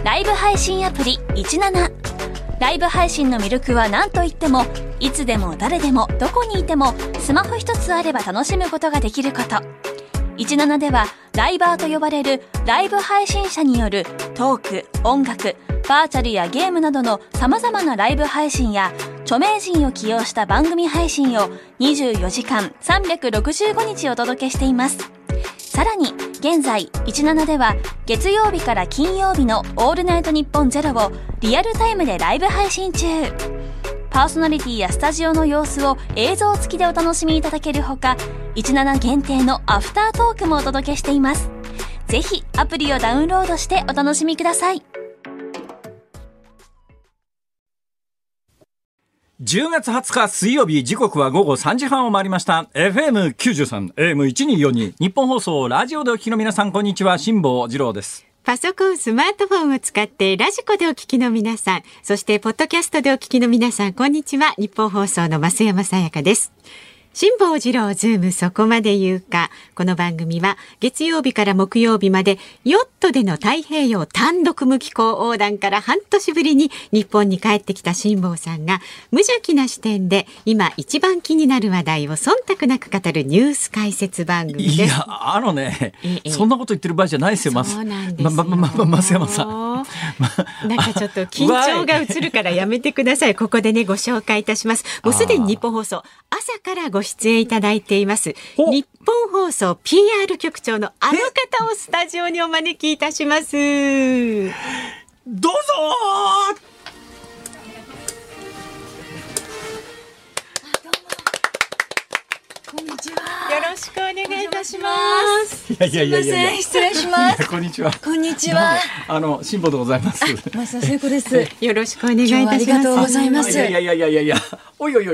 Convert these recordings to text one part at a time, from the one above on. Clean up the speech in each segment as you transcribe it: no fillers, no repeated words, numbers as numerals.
ライブ配信アプリ17。ライブ配信の魅力は何といっても、いつでも誰でもどこにいてもスマホ一つあれば楽しむことができること。17ではライバーと呼ばれるライブ配信者によるトーク、音楽、バーチャルやゲームなどの様々なライブ配信や著名人を起用した番組配信を24時間365日お届けしています。さらに現在17では月曜日から金曜日のオールナイトニッポンゼロをリアルタイムでライブ配信中。パーソナリティやスタジオの様子を映像付きでお楽しみいただけるほか、17限定のアフタートークもお届けしています。ぜひアプリをダウンロードしてお楽しみください。 10月20日水曜日、時刻は午後3時半を回りました。 FM93 AM1242 日本放送ラジオでお聞きの皆さん、こんにちは。辛坊治郎です。 パソコン、スマートフォンを使ってラジコでお聞きの皆さん、そしてポッドキャストでお聞きの皆さん、こんにちは。日本放送の増山さやかです。辛坊治郎ズームそこまで言うか。この番組は月曜日から木曜日までヨットでの太平洋単独無寄港横断から半年ぶりに日本に帰ってきた辛坊さんが無邪気な視点で今一番気になる話題を忖度なく語るニュース解説番組です。 いや、そんなこと言ってる場合じゃないですよ。 そうなんですよ。 増山さん、 なんかちょっと緊張が映るからやめてください。ここでね、ご紹介いたします。もうすでに日本放送朝からご出演いただいています日本放送 PR 局長のあの方をスタジオにお招きいたします。 どうぞ。 こんにちは。 よろしくお願いいたします。 いや失礼します。 こんにちは。 こんにちは。 辛坊でございます。 増田聖子です。 よろしくお願いいたします。 ありがとうございます。 いや、おい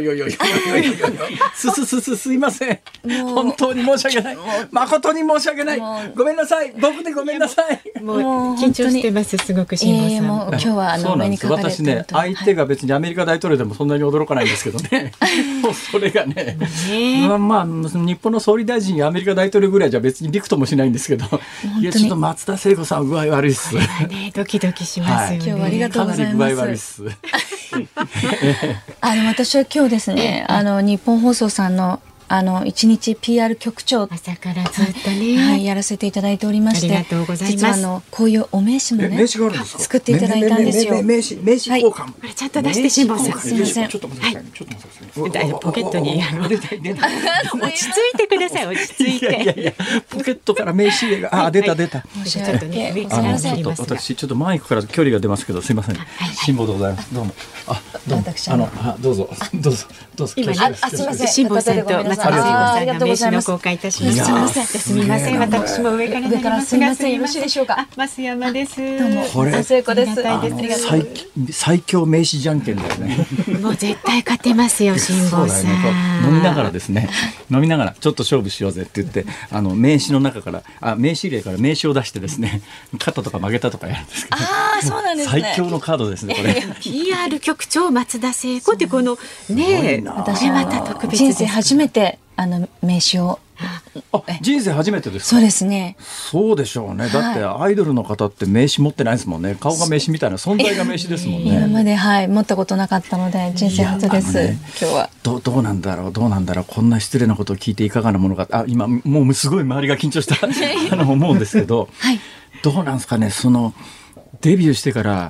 すいません。本当に申し訳ない。誠に申し訳ない。ごめんなさい。僕でごめんなさい。 もう緊張してます。すごく辛坊さん。 もう今日はそうなんです。私ね、相手が別にアメリカ大統領でもそんなに驚かないんですけどね。もうそれがね、日本の総理大臣やアメリカ大統領ぐらいじゃ別にびくともしないんですけど、いやちょっと松田聖子さん具合悪いっす。 ドキドキしますよね。 今日はありがとうございます。 かなり具合悪いっす。 私は今日ですね、日本放送さんの一日 PR 局長朝からずっとね、 はい、やらせていただいておりまして、 ありがとうございます。 実はこういうお名刺もね、 名刺があるんですか。 作っていただいたんですよ。 名刺交換、 はい、ちゃんと出して辛坊さん、 すみません。 ちょっと待ってください。ちょっと待ってください。 ポケットに出た落ち着いてください。落ち着いて。 いやポケットから名刺入れが出た。 申し訳ない。 私ちょっとマイクから距離が出ますけどすみません。辛坊でございます。どうも。 私どうぞ。 今すみません。 辛坊さんと松田聖子さんが名刺の交換いたしました。すみません。私も上からすみません。よろしいでしょうか。 増山です。 どうも。これ聖子です。 最強名刺じゃんけんだよね。 もう絶対勝てますよ、辛坊さん。 飲みながらですね。ちょっと勝負しようぜって言って名刺の中から名刺入れから名刺を出してですね、勝ったとか負けたとかやるんですけど。 そうなんですね。 最強のカードですねこれ。 PR 局長松田聖子ってこのね、 私また特別人生初めて名刺を。 人生初めてですか。 そうですね。 そうでしょうね。だってアイドルの方って名刺持ってないですもんね。顔が名刺みたいな存在が名刺ですもんね。 今まで持ったことなかったので人生初です。今日はどうなんだろう。こんな失礼なことを聞いていかがなものか。今もうすごい周りが緊張した思うんですけど、はい、どうなんですかね。デビューしてから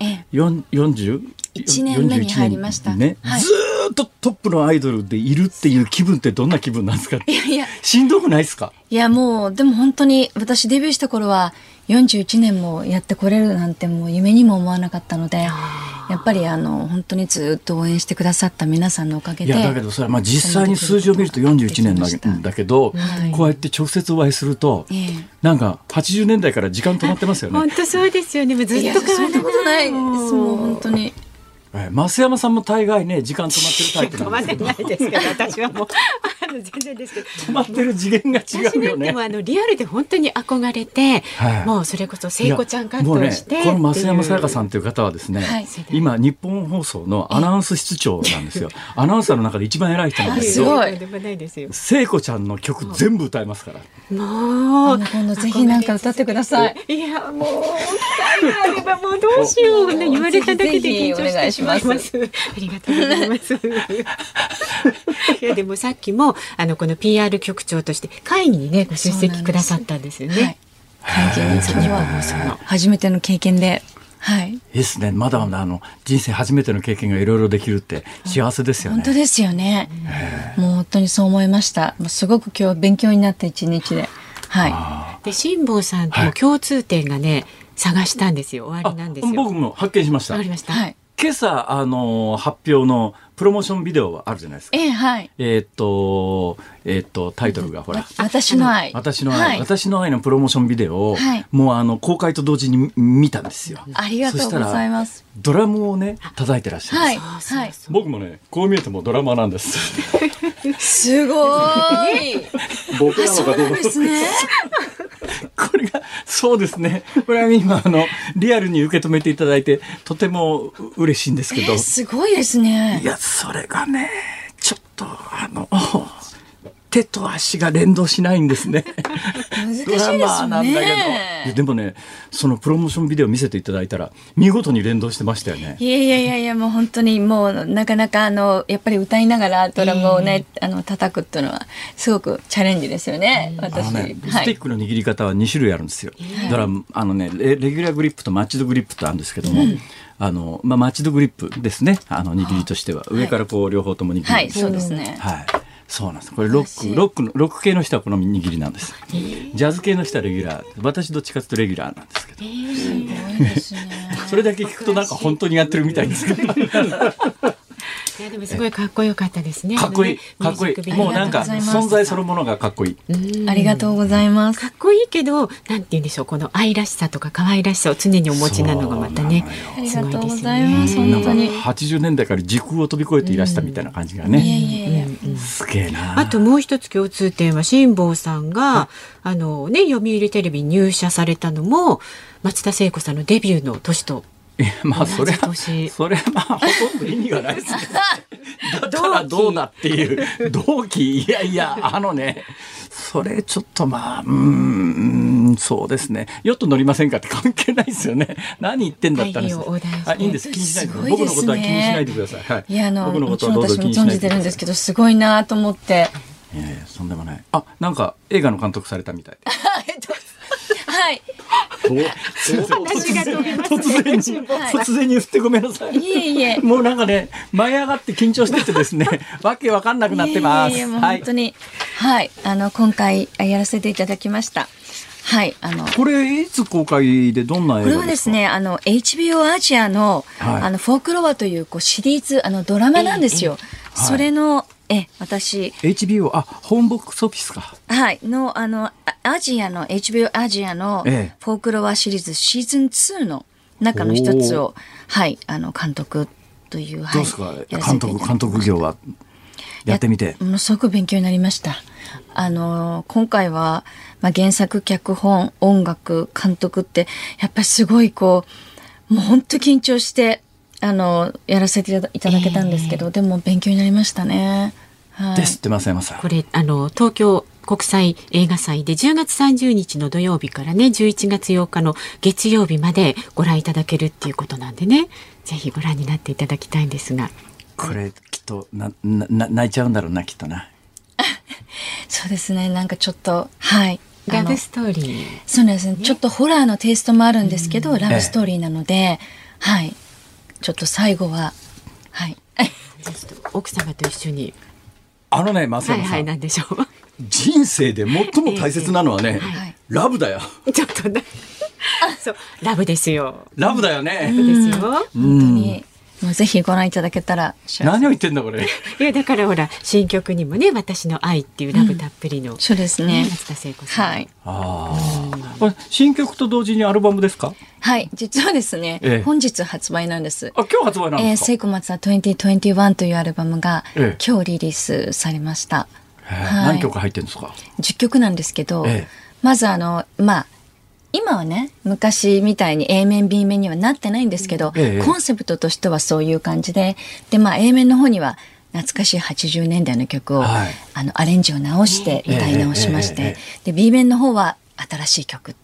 41 年目に入りましたね。 ずっとトップのアイドルでいるっていう気分ってどんな気分なんですか。しんどくないですか。 いやもうでも本当に私デビューした頃は41年もやってこれるなんてもう夢にも思わなかったので、やっぱり本当にずっと応援してくださった皆さんのおかげで。 いやだけどそれは実際に数字を見ると41年なんだけど、こうやって直接お会いすると、なんか80年代から時間止まってますよね。 本当そうですよね。もうずっとそんなことないです。もう本当に。 増山さんも大概ね時間止まってるタイプなんですけど。 止まってないですけど、私はもう全然ですけど、 止まってる次元が違うよね。 でもリアルで本当に憧れて、もうそれこそ聖子ちゃんカットをして、 この増山さやかさんという方はですね、今日本放送のアナウンス室長なんですよ。アナウンサーの中で一番偉い人なんですけど、聖子ちゃんの曲全部歌いますから。 もう今度ぜひなんか歌ってください。 いやもうあればもうどうしよう、言われただけで緊張してしまいます。ありがとうございます。いやでもさっきもこの PR 局長として会議にねご出席くださったんですよね。 会見にそれは初めての経験で。はい。 いいですね。まだまだ人生初めての経験がいろいろできるって幸せですよね。 本当ですよね。もう本当にそう思いました。もうすごく今日勉強になった一日で。はい。 で辛坊さんとも共通点がね、探したんですよ。終わりなんですよ。 僕も発見しました。 ありました。 はい。 今朝発表のプロモーションビデオあるじゃないですか。 はい。 タイトルがほら、 私の愛のプロモーションビデオを、もう公開と同時に見たんですよ。 ありがとうございます。 ドラムをね叩いてらっしゃるんです。 はい。 僕もねこう見えてもドラマーなんです。 すごい。 僕なのかどうかですね。これがそうですね。これは今リアルに受け止めていただいてとても嬉しいんですけど。 すごいですね。 いやそれがねちょっと手と足が連動しないんですね。 難しいですよね。ドラマーなんだけど。でもねそのプロモーションビデオ見せていただいたら見事に連動してましたよね。 いやもう本当にもうなかなかやっぱり歌いながらドラムをね叩くっていうのはすごくチャレンジですよね。私スティックの握り方は2種類あるんですよ。ドラムレギュラーグリップとマッチドグリップとあるんですけども。マッチドグリップですね。握りとしては上からこう両方とも握り。 はい、そうですね。 はい。そうなんです。これロック系の人はこの握りなんです。ジャズ系の人はレギュラー。私どっちかというとレギュラーなんですけど。 すごいですね。 それだけ聞くとなんか本当にやってるみたいですけど。 いやでもすごいかっこよかったですね。 かっこいい。もうなんか存在そのものがかっこいい。ありがとうございます。 かっこいいけどなんて言うんでしょう、この愛らしさとか可愛らしさを常にお持ちなのがまたね。 ありがとうございます。本当に。 80年代から時空を飛び越えていらしたみたいな感じがね。すげえな。 あともう一つ共通点は辛坊さんが読売テレビに入社されたのも松田聖子さんのデビューの年と。 それはほとんど意味がないですね。だからどうだっていう同期。いやそれちょっとそうですね。ヨット乗りませんかって関係ないですよね。何言ってんだったんです。いいんです。気にしないで。僕のことは気にしないでください。はい。 いや僕のことはどうぞ気にしないでください。私も存じてるんですけどすごいなと思って。 そんでもない。なんか映画の監督されたみたいで。 はい。 突然に言ってごめんなさい。 いえ。 もうなんかね舞い上がって緊張しててですねわけわかんなくなってます。 もう本当にはい今回やらせていただきました。はい、 これいつ公開でどんな映画ですか？ これはですねHBO アジアの、フォークロアというシリーズドラマなんですよ。それの私 HBO ホームボックスオフィスかはいのアジアの HBO アジアのフォークロアシリーズシーズン2の中の一つを監督という、 どうですか監督業はやってみて。 ものすごく勉強になりました。今回は、原作脚本音楽監督ってやっぱりすごいもう本当緊張してやらせていただけたんですけど、でも勉強になりましたね。はい、 ですってます山さん。 これ東京国際映画祭で10月30日の土曜日からね11月8日の月曜日までご覧いただけるっていうことなんでね、ぜひご覧になっていただきたいんですが、 これきっと泣いちゃうんだろうなきっとな。 そうですね、なんかちょっとラブストーリー、 そうなんですね、ちょっとホラーのテイストもあるんですけど、ラブストーリーなので、ちょっと最後は奥様と一緒に増山さん、 なんでしょう人生で最も大切なのはね、ラブだよ。 ちょっとそうラブですよ。 ラブだよね。 ですよ。 本当にもうぜひご覧いただけたら。 何を言ってんだこれ。 いやだからほら新曲にもね私の愛っていうラブたっぷりの、 そうですね、 松田聖子さん。 これ新曲と同時にアルバムですか？ はい、実はですね、本日発売なんです。 今日発売なんですか？ 聖子松田2021というアルバムが、今日リリースされました。 何曲入ってるんですか ？10曲なんですけど、まず今はね昔みたいに A 面 B 面にはなってないんですけど、コンセプトとしてはそういう感じで、A 面の方には懐かしい80年代の曲を、アレンジを直して歌い直しまして、で B 面の方は新しい曲っ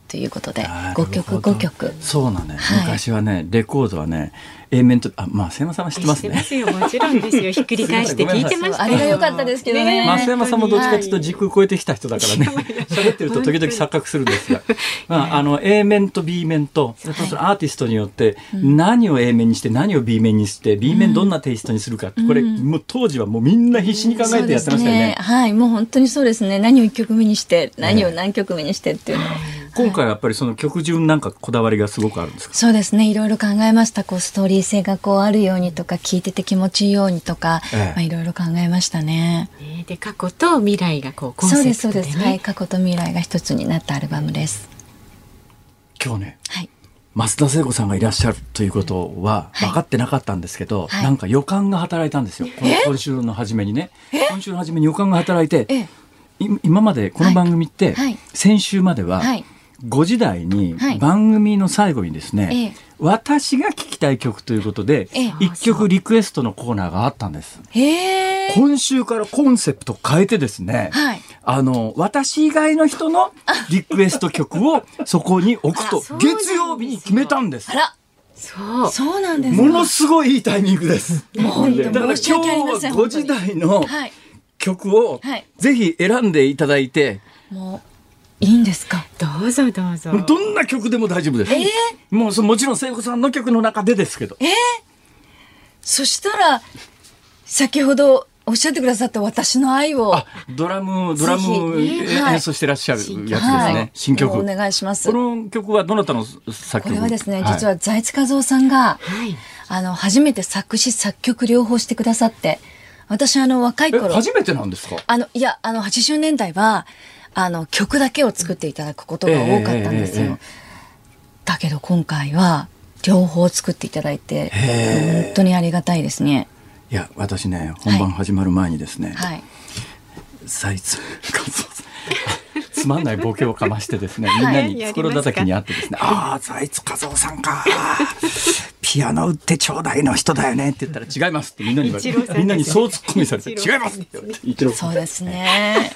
ということで5曲5曲。 そうなね、昔はねレコードはね A 面と増山さんは知ってますね。 知ってますよ、もちろんですよ。ひっくり返して聞いてました。 あれが良かったですけどね。 増山さんもどっちかというと時空超えてきた人だからね、喋ってると時々錯覚するんですが、A 面と B 面とそのアーティストによって何を A 面にして何を B 面にして B 面どんなテイストにするか、これもう当時はもうみんな必死に考えてやってましたよね。 はい、もう本当にそうですね。何を1曲目にして何を何曲目にしてっていうのを、 今回はやっぱりその曲順なんかこだわりがすごくあるんですか？ そうですね、いろいろ考えました。こうストーリー性がこうあるようにとか、聴いてて気持ちいいようにとか、いろいろ考えましたね。 で過去と未来がこうコンセプトでね。 そうです、はい、過去と未来が一つになったアルバムです。 今日ね、 はい、 増田聖子さんがいらっしゃるということは分かってなかったんですけど、なんか予感が働いたんですよ。今週の初めにね、今週の初めに予感が働いて、今までこの番組って、先週までは、5時台に番組の最後にですね、私が聴きたい曲ということで、1曲リクエストのコーナーがあったんです。今週からコンセプト変えてですね、私以外の人のリクエスト曲をそこに置くと月曜日に決めたんです。 そうなんです。 ものすごいいいタイミングです。 もう本当にだから今日は5時台の曲をぜひ選んでいただいて、 もういいんですか？ どうぞどうぞ。 どんな曲でも大丈夫です。もちろん聖子さんの曲の中でですけど。 そしたら先ほどおっしゃってくださった私の愛をドラム演奏してらっしゃるやつですね。新曲。 お願いします。 この曲はどなたの作曲？ これはですね、実は財津和夫さんが初めて作詞作曲両方してくださって、私若い頃初めてなんですか？ いや80年代は曲だけを作っていただくことが多かったんですよ。だけど今回は両方作っていただいて本当にありがたいですね。 いや私ね、本番始まる前にですね、財津和夫さんつまんないボケをかましてですね、みんなに袋叩きにあってですね、財津和夫さんかピアノ売ってちょうだいの人だよねって言ったら違いますってみんなに言われて、みんなにそうツッコミされて違いますって言われて、一郎さん。 そうですね。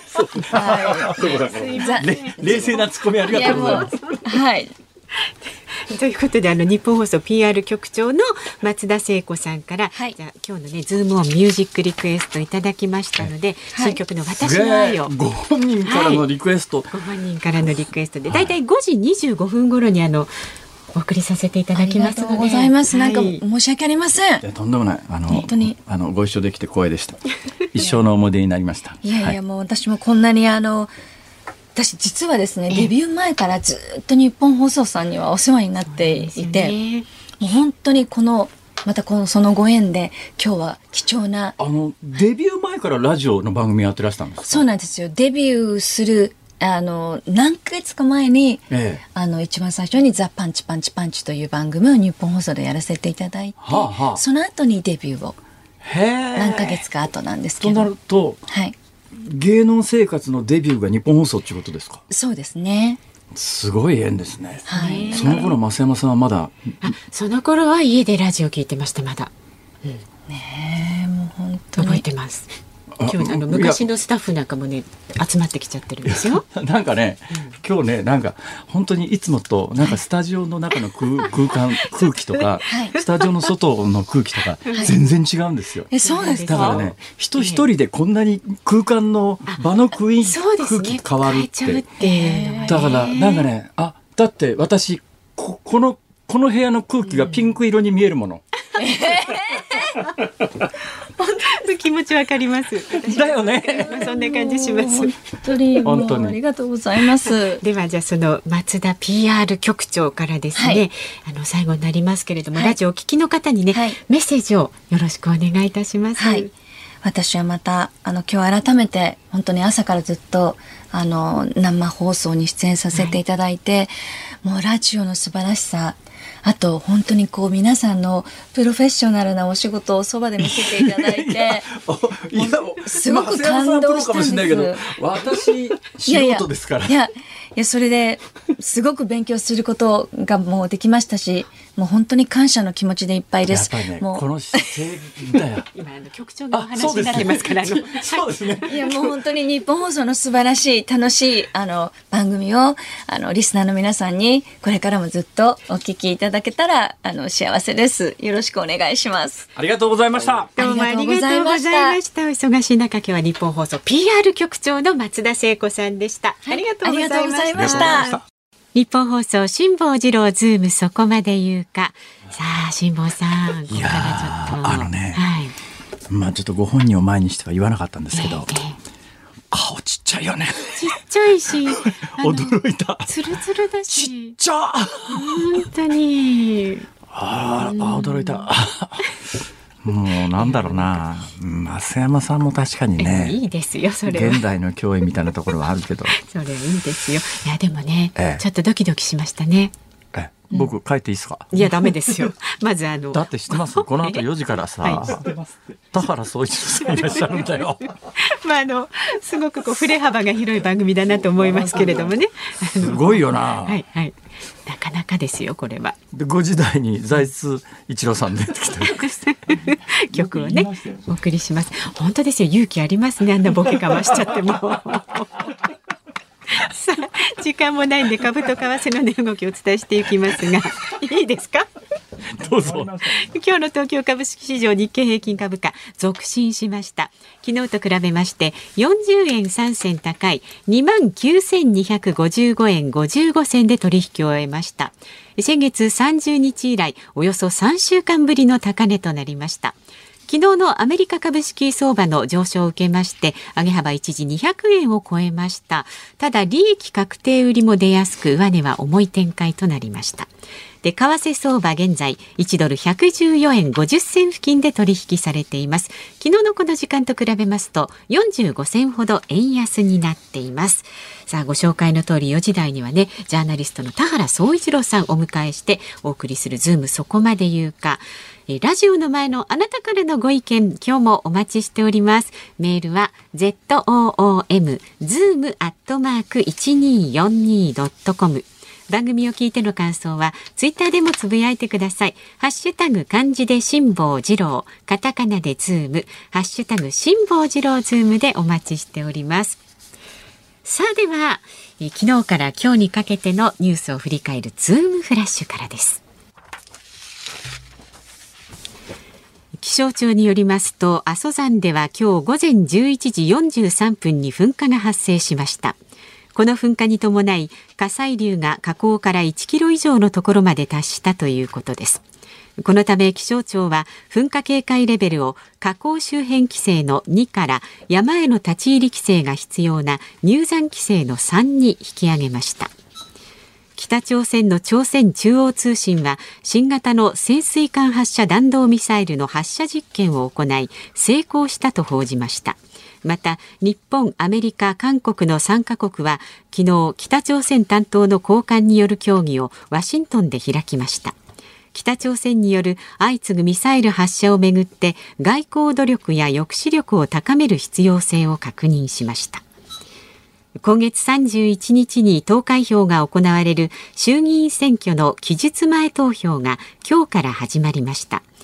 冷静なツッコミありがとうございます。 はい。 ということで日本放送 PR 局長の松田聖子さんから、じゃあ今日のねズームオンミュージックリクエストいただきましたので、新曲の私の愛をご本人からのリクエスト、 ご本人からのリクエストでだいたい5時25分頃にお送りさせていただきますので。 ありがとうございます。なんか申し訳ありません。 とんでもない。 本当にご一緒できて光栄でした。一生の思い出になりました。 いやもう私もこんなに私実はですね、デビュー前からずっと日本放送さんにはお世話になっていて、もう本当にまたそのご縁で今日は貴重なデビュー前からラジオの番組やってらしたんですか？ そうなんですよ。デビューする何ヶ月か前に、一番最初にザ・パンチパンチパンチという番組を日本放送でやらせていただいて、その後にデビューを何ヶ月か後なんですけど。 となると、芸能生活のデビューが日本放送っていうことですか？ そうですね。 すごい縁ですね。その頃増山さんはまだその頃は家でラジオ聞いてました。まだ、 ねえ、もう本当に覚えてます。今日昔のスタッフなんかもね集まってきちゃってるんですよ。 なんかね、今日ねなんか本当にいつもとなんかスタジオの中の空気とか、スタジオの外の空気とか全然違うんですよ。 そうですか。 だからね、人一人でこんなに空間の場の空気変わるって。だからなんかね、だって私この部屋の空気がピンク色に見えるもの。 本当に気持ちわかります。 だよね。 そんな感じします。 本当にありがとうございます。 ではじゃあその松田 PR 局長からですね、最後になりますけれども、ラジオを聞きの方にね、メッセージをよろしくお願いいたします。 私はまた今日改めて本当に朝からずっと生放送に出演させていただいて、もうラジオの素晴らしさ、あと本当に皆さんのプロフェッショナルなお仕事をそばで見せていただいてすごく感動したんです。 私素人ですから。 いやそれですごく勉強することがもうできましたし、 もう本当に感謝の気持ちでいっぱいです。 やっぱりね、 もうこの姿勢だよ。 今局長のお話になってますからそうですね。 いやもう本当に日本放送の素晴らしい楽しい番組をリスナーの皆さんにこれからもずっとお聞きいただけたら幸せです。よろしくお願いします。 ありがとうございました。 どうもありがとうございました。お忙しい中、今日は日本放送 PR 局長の松田聖子さんでした。ありがとうございました。日本放送辛坊治郎ズームそこまで言うか。さあ辛坊さん、ここからちょっとはい、ちょっとご本人を前にしては言わなかったんですけど、顔ちっちゃいよね。 ちっちゃいし驚いた。 ツルツルだしちっちゃ。 本当に驚いた。もうなんだろうな、増山さんも確かにね、 いいですよそれは。 現代の脅威みたいなところはあるけどそれはいいですよ。いやでもね、ちょっとドキドキしましたね。 僕帰っていいですか？ いやダメですよ。まずだって知ってます？この後4時からさ、田原総一郎さんいらっしゃるんだよ。 すごく振れ幅が広い番組だなと思いますけれどもね。 すごいよな。 はいはい。なかなかですよこれは。 で5時台に財津一郎さん出てきて曲をねお送りします。本当ですよ、勇気ありますね、あんなボケかましちゃっても。さあ時間もないんで株と為替の値動きをお伝えしていきますが、いいですか？ どうぞ。 今日の東京株式市場日経平均株価続伸しました。昨日と比べまして40円3銭高い 29,255 円55銭で取引を終えました。先月30日以来およそ3週間ぶりの高値となりました。昨日のアメリカ株式相場の上昇を受けまして上げ幅一時200円を超えました。ただ利益確定売りも出やすく上値は重い展開となりました。で為替相場現在1ドル114円50銭付近で取引されています。昨日のこの時間と比べますと45銭ほど円安になっています。さあご紹介の通り4時台にはねジャーナリストの田原総一郎さんをお迎えしてお送りするズームそこまで言うか。ラジオの前のあなたからのご意見今日もお待ちしております。メールは zoom@1242.com。番組を聞いての感想はツイッターでもつぶやいてください。ハッシュタグ漢字で辛坊治郎、カタカナでズーム、ハッシュタグ辛坊治郎ズームでお待ちしております。さあでは昨日から今日にかけてのニュースを振り返るズームフラッシュからです。気象庁によりますと阿蘇山では今日午前11時43分に噴火が発生しました。この噴火に伴い火砕流が火口から1キロ以上のところまで達したということです。このため気象庁は噴火警戒レベルを火口周辺規制の2から山への立ち入り規制が必要な入山規制の3に引き上げました。北朝鮮の朝鮮中央通信は新型の潜水艦発射弾道ミサイルの発射実験を行い成功したと報じました。また日本、アメリカ、韓国の3カ国は昨日北朝鮮担当の高官による協議をワシントンで開きました。北朝鮮による相次ぐミサイル発射をめぐって外交努力や抑止力を高める必要性を確認しました。今月31日に投開票が行われる衆議院選挙の期日前投票が今日から始まりました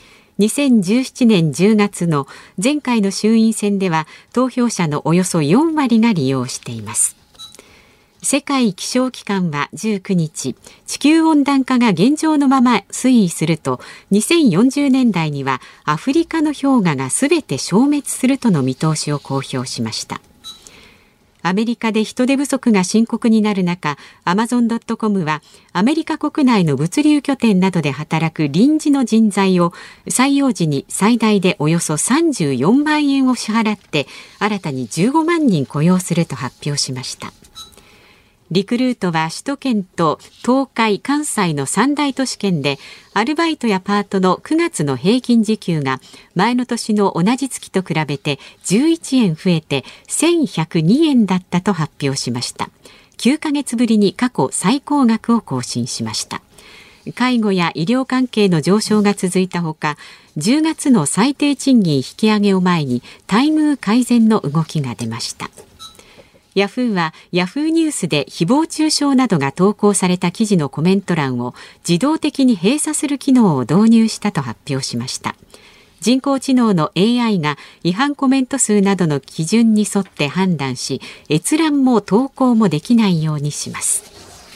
。2017年10月の前回の衆院選では投票者のおよそ4割が利用しています。世界気象機関は19日、地球温暖化が現状のまま推移すると2040年代にはアフリカの氷河がすべて消滅するとの見通しを公表しました。アメリカで人手不足が深刻になる中、Amazon.com はアメリカ国内の物流拠点などで働く臨時の人材を採用時に最大でおよそ34万円を支払って新たに15万人雇用すると発表しました。リクルートは首都圏と東海、関西の3大都市圏でアルバイトやパートの9月の平均時給が前の年の同じ月と比べて11円増えて1102円だったと発表しました。9ヶ月ぶりに過去最高額を更新しました。介護や医療関係の上昇が続いたほか、10月の最低賃金引き上げを前に待遇改善の動きが出ました。 ヤフーはヤフーニュースで誹謗中傷などが投稿された記事のコメント欄を自動的に閉鎖する機能を導入したと発表しました。人工知能の AI が違反コメント数などの基準に沿って判断し、閲覧も投稿もできないようにします。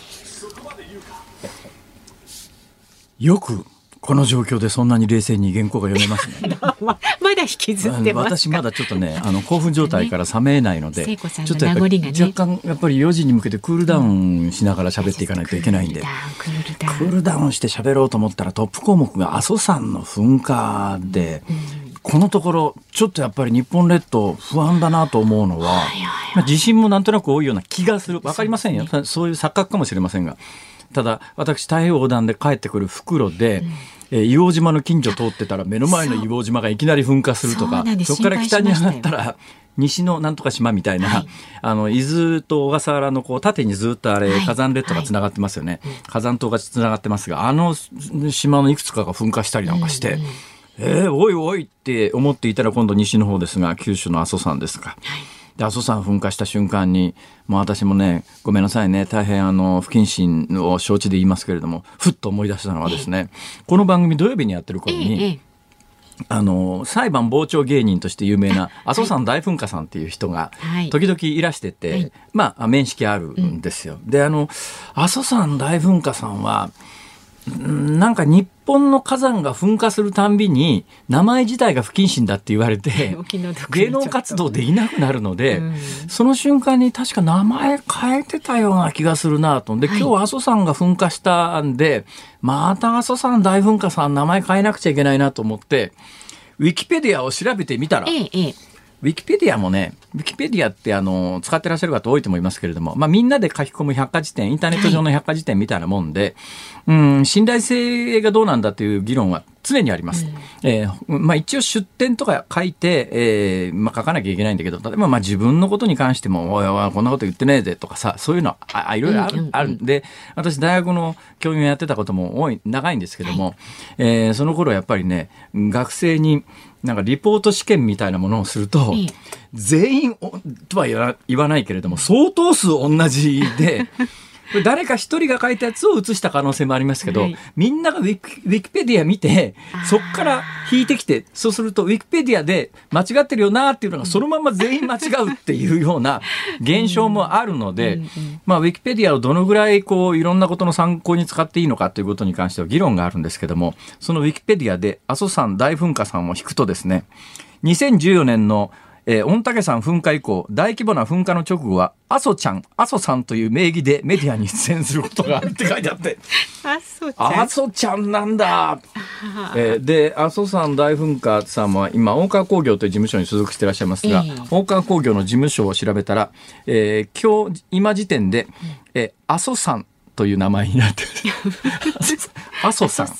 よくこの状況でそんなに冷静に原稿が読めますね。 まだ引きずってますか。 私まだちょっとね興奮状態から冷めないので、 聖子さんちょっとやっぱり若干やっぱり4時に向けてクールダウンしながら喋っていかないといけないんで、クールダウンして喋ろうと思ったらトップ項目が阿蘇山の噴火で、このところちょっとやっぱり日本列島不安だなと思うのは、地震もなんとなく多いような気がする。わかりませんよ、そういう錯覚かもしれませんが、ただ私太平洋横断で帰ってくる袋で、硫黄島の近所通ってたら目の前の硫黄島がいきなり噴火するとか、そこから北に上がったら西のなんとか島みたいな、伊豆と小笠原のこう縦にずっと火山列島がつながってますよね、火山島がつながってますが、島のいくつかが噴火したりなんかして、おいおいって思っていたら今度西の方ですが、九州の阿蘇山ですか、で阿蘇山噴火した瞬間にもう私もね、ごめんなさいね、大変不謹慎を承知で言いますけれども、ふっと思い出したのはですね、この番組土曜日にやってる頃に、裁判傍聴芸人として有名な阿蘇山大噴火さんっていう人が時々いらしてて、面識あるんですよ。で阿蘇山大噴火さんはなんか日本の火山が噴火するたんびに名前自体が不謹慎だって言われて芸能活動できなくなるので、その瞬間に確か名前変えてたような気がするなと。で今日阿蘇山が噴火したんで、また阿蘇山大噴火さん名前変えなくちゃいけないなと思ってウィキペディアを調べてみたら、ウィキペディアもね、ウィキペディアって使ってらっしゃる方多いと思いますけれども、みんなで書き込む百科事典、インターネット上の百科事典みたいなもんで、信頼性がどうなんだという議論は常にあります。一応出典とか書いて、書かなきゃいけないんだけど、例えば自分のことに関しても、おいおいこんなこと言ってねえぜとかさ、そういうのいろいろあるんで、私大学の教員をやってたことも長いんですけども、その頃やっぱりね、学生になんかリポート試験みたいなものをすると、全員とは言わないけれども相当数同じで誰か一人が書いたやつを写した可能性もありますけど、みんながウィキペディア見てそこから引いてきて、そうするとウィキペディアで間違ってるよなっていうのがそのまま全員間違うっていうような現象もあるので、ウィキペディアをどのぐらいいろんなことの参考に使っていいのかということに関しては議論があるんですけども、そのウィキペディアで阿蘇山大噴火さんを引くとですね、2014年の御嶽山噴火以降大規模な噴火の直後は阿蘇さんという名義でメディアに出演することがあるって書いてあって阿蘇ちゃんなんだ。で阿蘇山大噴火さんは今大川工業という事務所に所属していらっしゃいますが、大川工業の事務所を調べたら、今時点で、阿蘇山という名前になってる。阿蘇山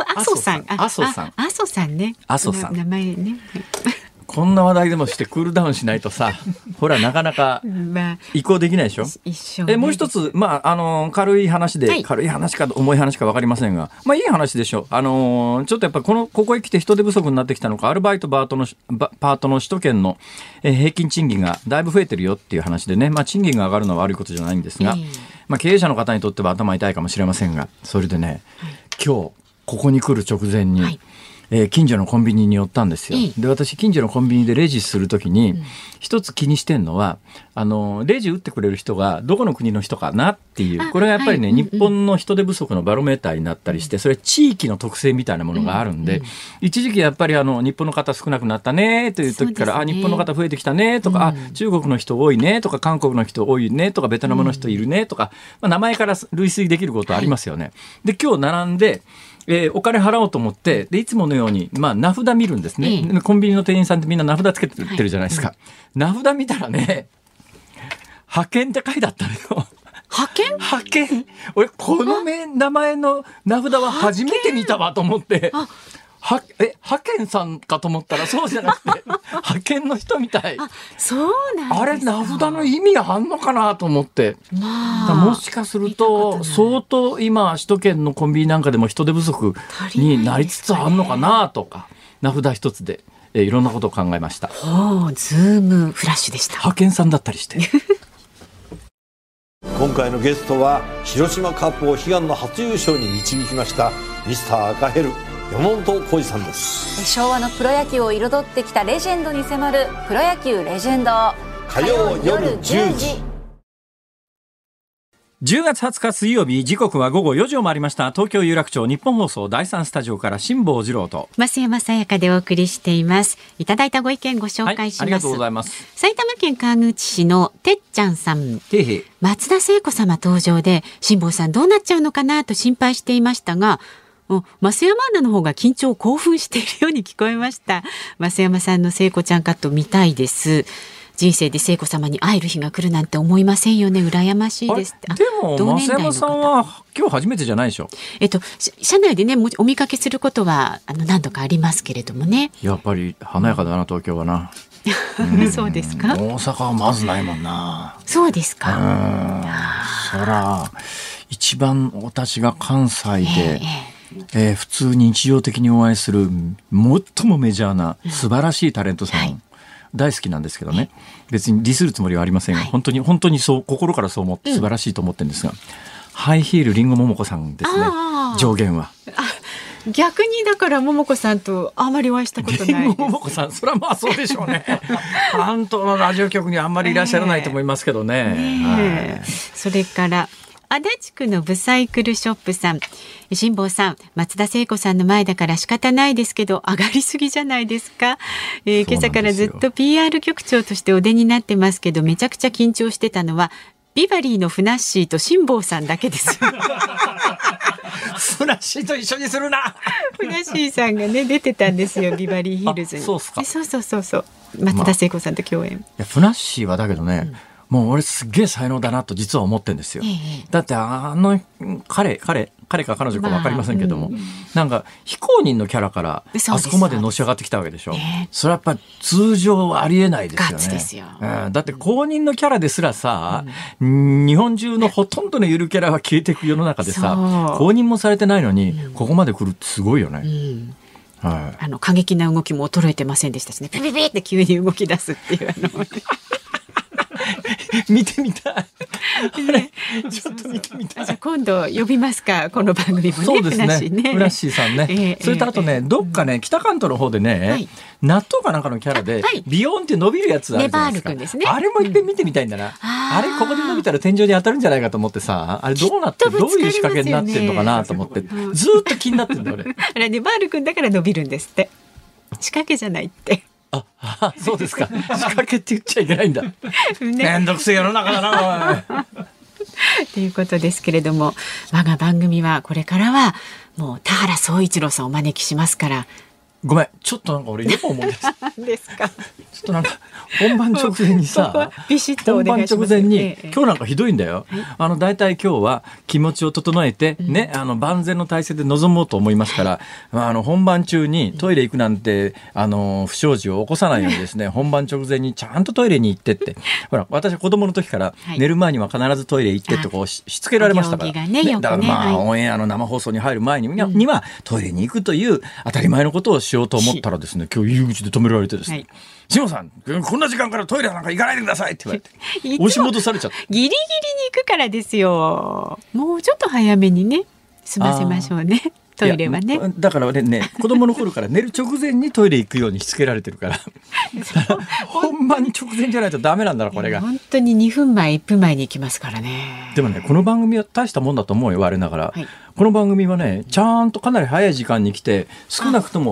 ね。 阿蘇山名前ね。 こんな話題でもしてクールダウンしないとさ、ほらなかなか移行できないでしょ。もう一つ、軽い話で、軽い話か重い話か分かりませんが、いい話でしょ。ちょっとやっぱここへ来て人手不足になってきたのか、アルバイトパートの首都圏の平均賃金がだいぶ増えてるよっていう話でね、賃金が上がるのは悪いことじゃないんですが、経営者の方にとっては頭痛いかもしれませんが、それでね、今日ここに来る直前に、近所のコンビニに寄ったんですよ。で私近所のコンビニでレジするときに一つ気にしてんのはレジ打ってくれる人がどこの国の人かなっていう、これがやっぱりね、日本の人手不足のバロメーターになったりして、それ地域の特性みたいなものがあるんで、一時期やっぱり日本の方少なくなったねという時から、日本の方増えてきたねとか、中国の人多いねとか、韓国の人多いねとか、ベトナムの人いるねとか、名前から類推できることありますよね。で今日並んでお金払おうと思って、でいつものように、名札見るんですね。コンビニの店員さんってみんな名札つけてるじゃないですか。名札見たらね、派遣って書いてあったのよ。派遣俺この名前の名札は初めて見たわと思って、派遣さんかと思ったらそうじゃなくて派遣の人みたい。 そうなんですか。 あれ名札の意味あんのかなと思って、もしかすると相当今首都圏のコンビニなんかでも人手不足になりつつあんのかなとか、名札一つでいろんなことを考えました。 ズームフラッシュでした。 派遣さんだったりして今回のゲストは広島カップを悲願の初優勝に導きましたミスター赤ヘル山本浩二さんです。 昭和のプロ野球を彩ってきたレジェンドに迫るプロ野球レジェンド、 火曜夜10時。 10月20日水曜日、時刻は午後4時を回りました。東京有楽町日本放送第3スタジオから辛坊治郎と増山さやかでお送りしています。いただいたご意見ご紹介します、 ありがとうございます。 埼玉県川口市のてっちゃんさん、松田聖子様登場で辛坊さんどうなっちゃうのかなと心配していましたが、増山アナの方が緊張興奮しているように聞こえました。増山さんの聖子ちゃんカット見たいです。人生で聖子様に会える日が来るなんて思いませんよね。羨ましいですって。 でも増山さんは今日初めてじゃないでしょ。 社内でねお見かけすることは何度かありますけれどもね。 やっぱり華やかだな東京はな。 そうですか。 大阪はまずないもんな。 そうですか。 そら一番私が関西で、普通に日常的にお会いする最もメジャーな素晴らしいタレントさん、大好きなんですけどね、別にディスるつもりはありませんが、本当にそう心からそう思って素晴らしいと思ってるんですが、ハイヒールりんごももこさんですね。上限は逆にだからももこさんとあまりお会いしたことないです。 ももこさんそれはまあそうでしょうね。関東のラジオ局にあんまりいらっしゃらないと思いますけどね。 それから足立区のブサイクルショップさん、辛坊さん、松田聖子さんの前だから仕方ないですけど上がりすぎじゃないですか。今朝からずっと PR 局長としてお出になってますけど、めちゃくちゃ緊張してたのはビバリーのフナッシーと辛坊さんだけです。 フナッシーと一緒にするな。 フナッシーさんがね出てたんですよ、ビバリーヒルズに。 そうですか。 そう松田聖子さんと共演。 フナッシーはだけどね、もう俺すっげえ才能だなと実は思ってるんですよ。だって彼か彼女か分かりませんけども、なんか非公認のキャラからあそこまでのし上がってきたわけでしょ。それはやっぱり通常ありえないですよね。 ガチですよ。 だって公認のキャラですらさ、日本中のほとんどのゆるキャラは消えていく世の中でさ、公認もされてないのにここまで来るってすごいよね。 過激な動きも衰えてませんでしたしね。ピピピって急に動き出すっていう見てみたい。ちょっと見てみたい。 じゃあ今度呼びますか、この番組もね。 そうですね。フラッシーさんね。それとあとね、どっかね、北関東の方でね、納豆かなんかのキャラでビヨーンって伸びるやつあるじゃないですか。 ネバール君ですね。 あれもいっぺん見てみたいんだな。あれここで伸びたら天井に当たるんじゃないかと思ってさ、あれどうなってどういう仕掛けになってんのかなと思ってずっと気になってんだ俺。 あれネバール君だから伸びるんですって。仕掛けじゃないって。 そうですか。仕掛けって言っちゃいけないんだ。めんどくせえ世の中だなおい。 ということですけれども、我が番組はこれからはもう田原総一郎さんをお招きしますから。 ごめん、ちょっとなんか俺よく思い出す。 ですか。 ちょっとなんか本番直前にさ、本番直前に今日なんかひどいんだよ。だいたい今日は気持ちを整えてね、万全の体制で臨もうと思いますから、本番中にトイレ行くなんて不祥事を起こさないようにですね、本番直前にちゃんとトイレに行ってって、ほら私は子供の時から寝る前には必ずトイレ行ってってこうしつけられましたから。だからオンエアの生放送に入る前にはトイレに行くという当たり前のことをしようと思ったらですね、今日入り口で止められてですね、志保さんこんな時間からトイレなんか行かないでくださいって言われて押し戻されちゃった。 ギリギリに行くからですよ。もうちょっと早めにね済ませましょうね、トイレはね。 だから俺ね、子供の頃から寝る直前にトイレ行くようにしつけられてるから本番に直前じゃないとダメなんだなこれが。 本当に2分前1分前に行きますからね。 でもね、この番組は大したもんだと思うよ我ながら、この番組はねちゃんとかなり早い時間に来て、少なくとも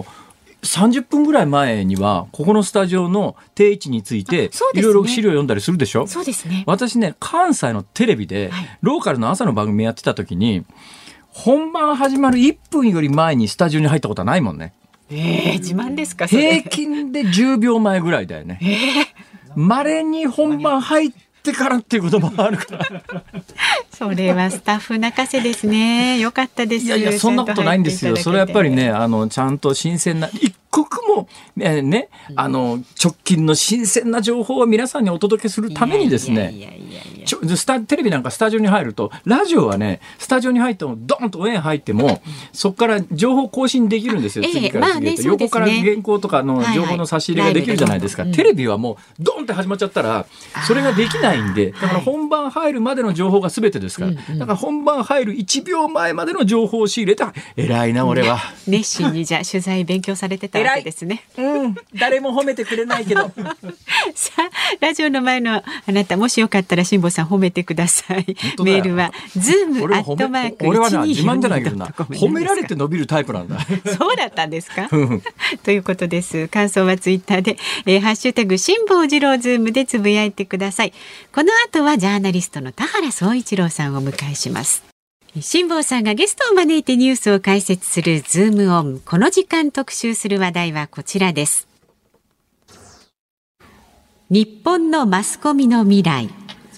30分ぐらい前にはここのスタジオの定位置についていろいろ資料読んだりするでしょ。 そうですね。 私ね、関西のテレビでローカルの朝の番組やってた時に、本番始まる1分より前にスタジオに入ったことはないもんね。 自慢ですかそれ。 平均で10秒前ぐらいだよね。稀に本番入ってからっていうこともあるからそれはスタッフ泣かせですね。よかったです。 いやそんなことないんですよ。それはやっぱりね、ちゃんと新鮮な一刻も、直近の新鮮な情報を皆さんにお届けするためにですね、 テレビなんかスタジオに入ると、ラジオはねスタジオに入ってもドンとオンエア入ってもそこから情報更新できるんですよ。次から次へと、横から原稿とかの情報の差し入れができるじゃないですか。テレビはもうドンって始まっちゃったらそれができないんで、だから本番入るまでの情報が全てですから、だから本番入る1秒前までの情報を仕入れた。偉いな俺は。 熱心にじゃあ取材勉強されてたわけですね。 誰も褒めてくれないけどさあラジオの前のあなた、もしよかったら辛坊さん褒めてください。メールはzoom@1242.com。 俺はね自慢じゃないけどな、褒められて伸びるタイプなんだ。 そうだったんですかということです。感想はツイッターで、ハッシュタグ辛坊治郎ズームでつぶやいてください。この後はジャーナリストの田原総一郎さんをお迎えします。辛坊さんがゲストを招いてニュースを解説するズームオン。この時間特集する話題はこちらです。日本のマスコミの未来。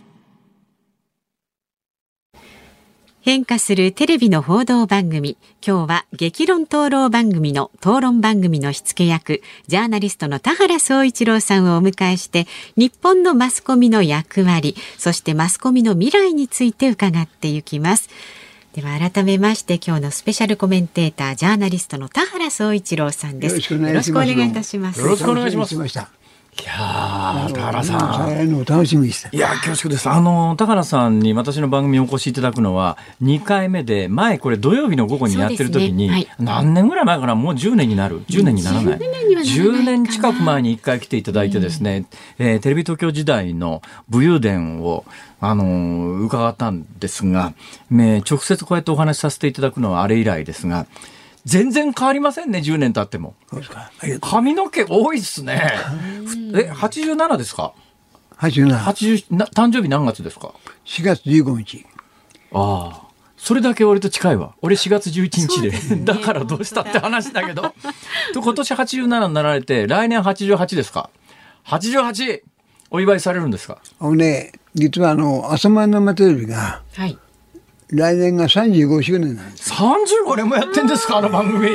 変化するテレビの報道番組。今日は激論討論番組の火付け役、ジャーナリストの田原総一郎さんをお迎えして、日本のマスコミの役割、そしてマスコミの未来について伺っていきます。では改めまして今日のスペシャルコメンテーター、ジャーナリストの田原総一郎さんです。よろしくお願いいたします。 よろしくお願いします。いや田原さん、 楽しみでした。 いや恐縮です。田原さんに私の番組にお越しいただくのは2回目で、前これ土曜日の午後にやってる時に、何年ぐらい前かな、もう10年になる、10年にならない、10年近く前に1回来ていただいてですね、テレビ東京時代の武勇伝を伺ったんですが、直接こうやってお話しさせていただくのはあれ以来ですが、全然変わりませんね。10年経っても。髪の毛多いですね。87ですか。 87。 誕生日何月ですか。 4月15日。 ああ、それだけ俺と近いわ。俺4月11日で、だからどうしたって話だけど今年87になられて、来年88ですか。88お祝いされるんですか。 実は朝前生テレビが、来年が35周年なんです。 35年もやってんですか、あの番組。へ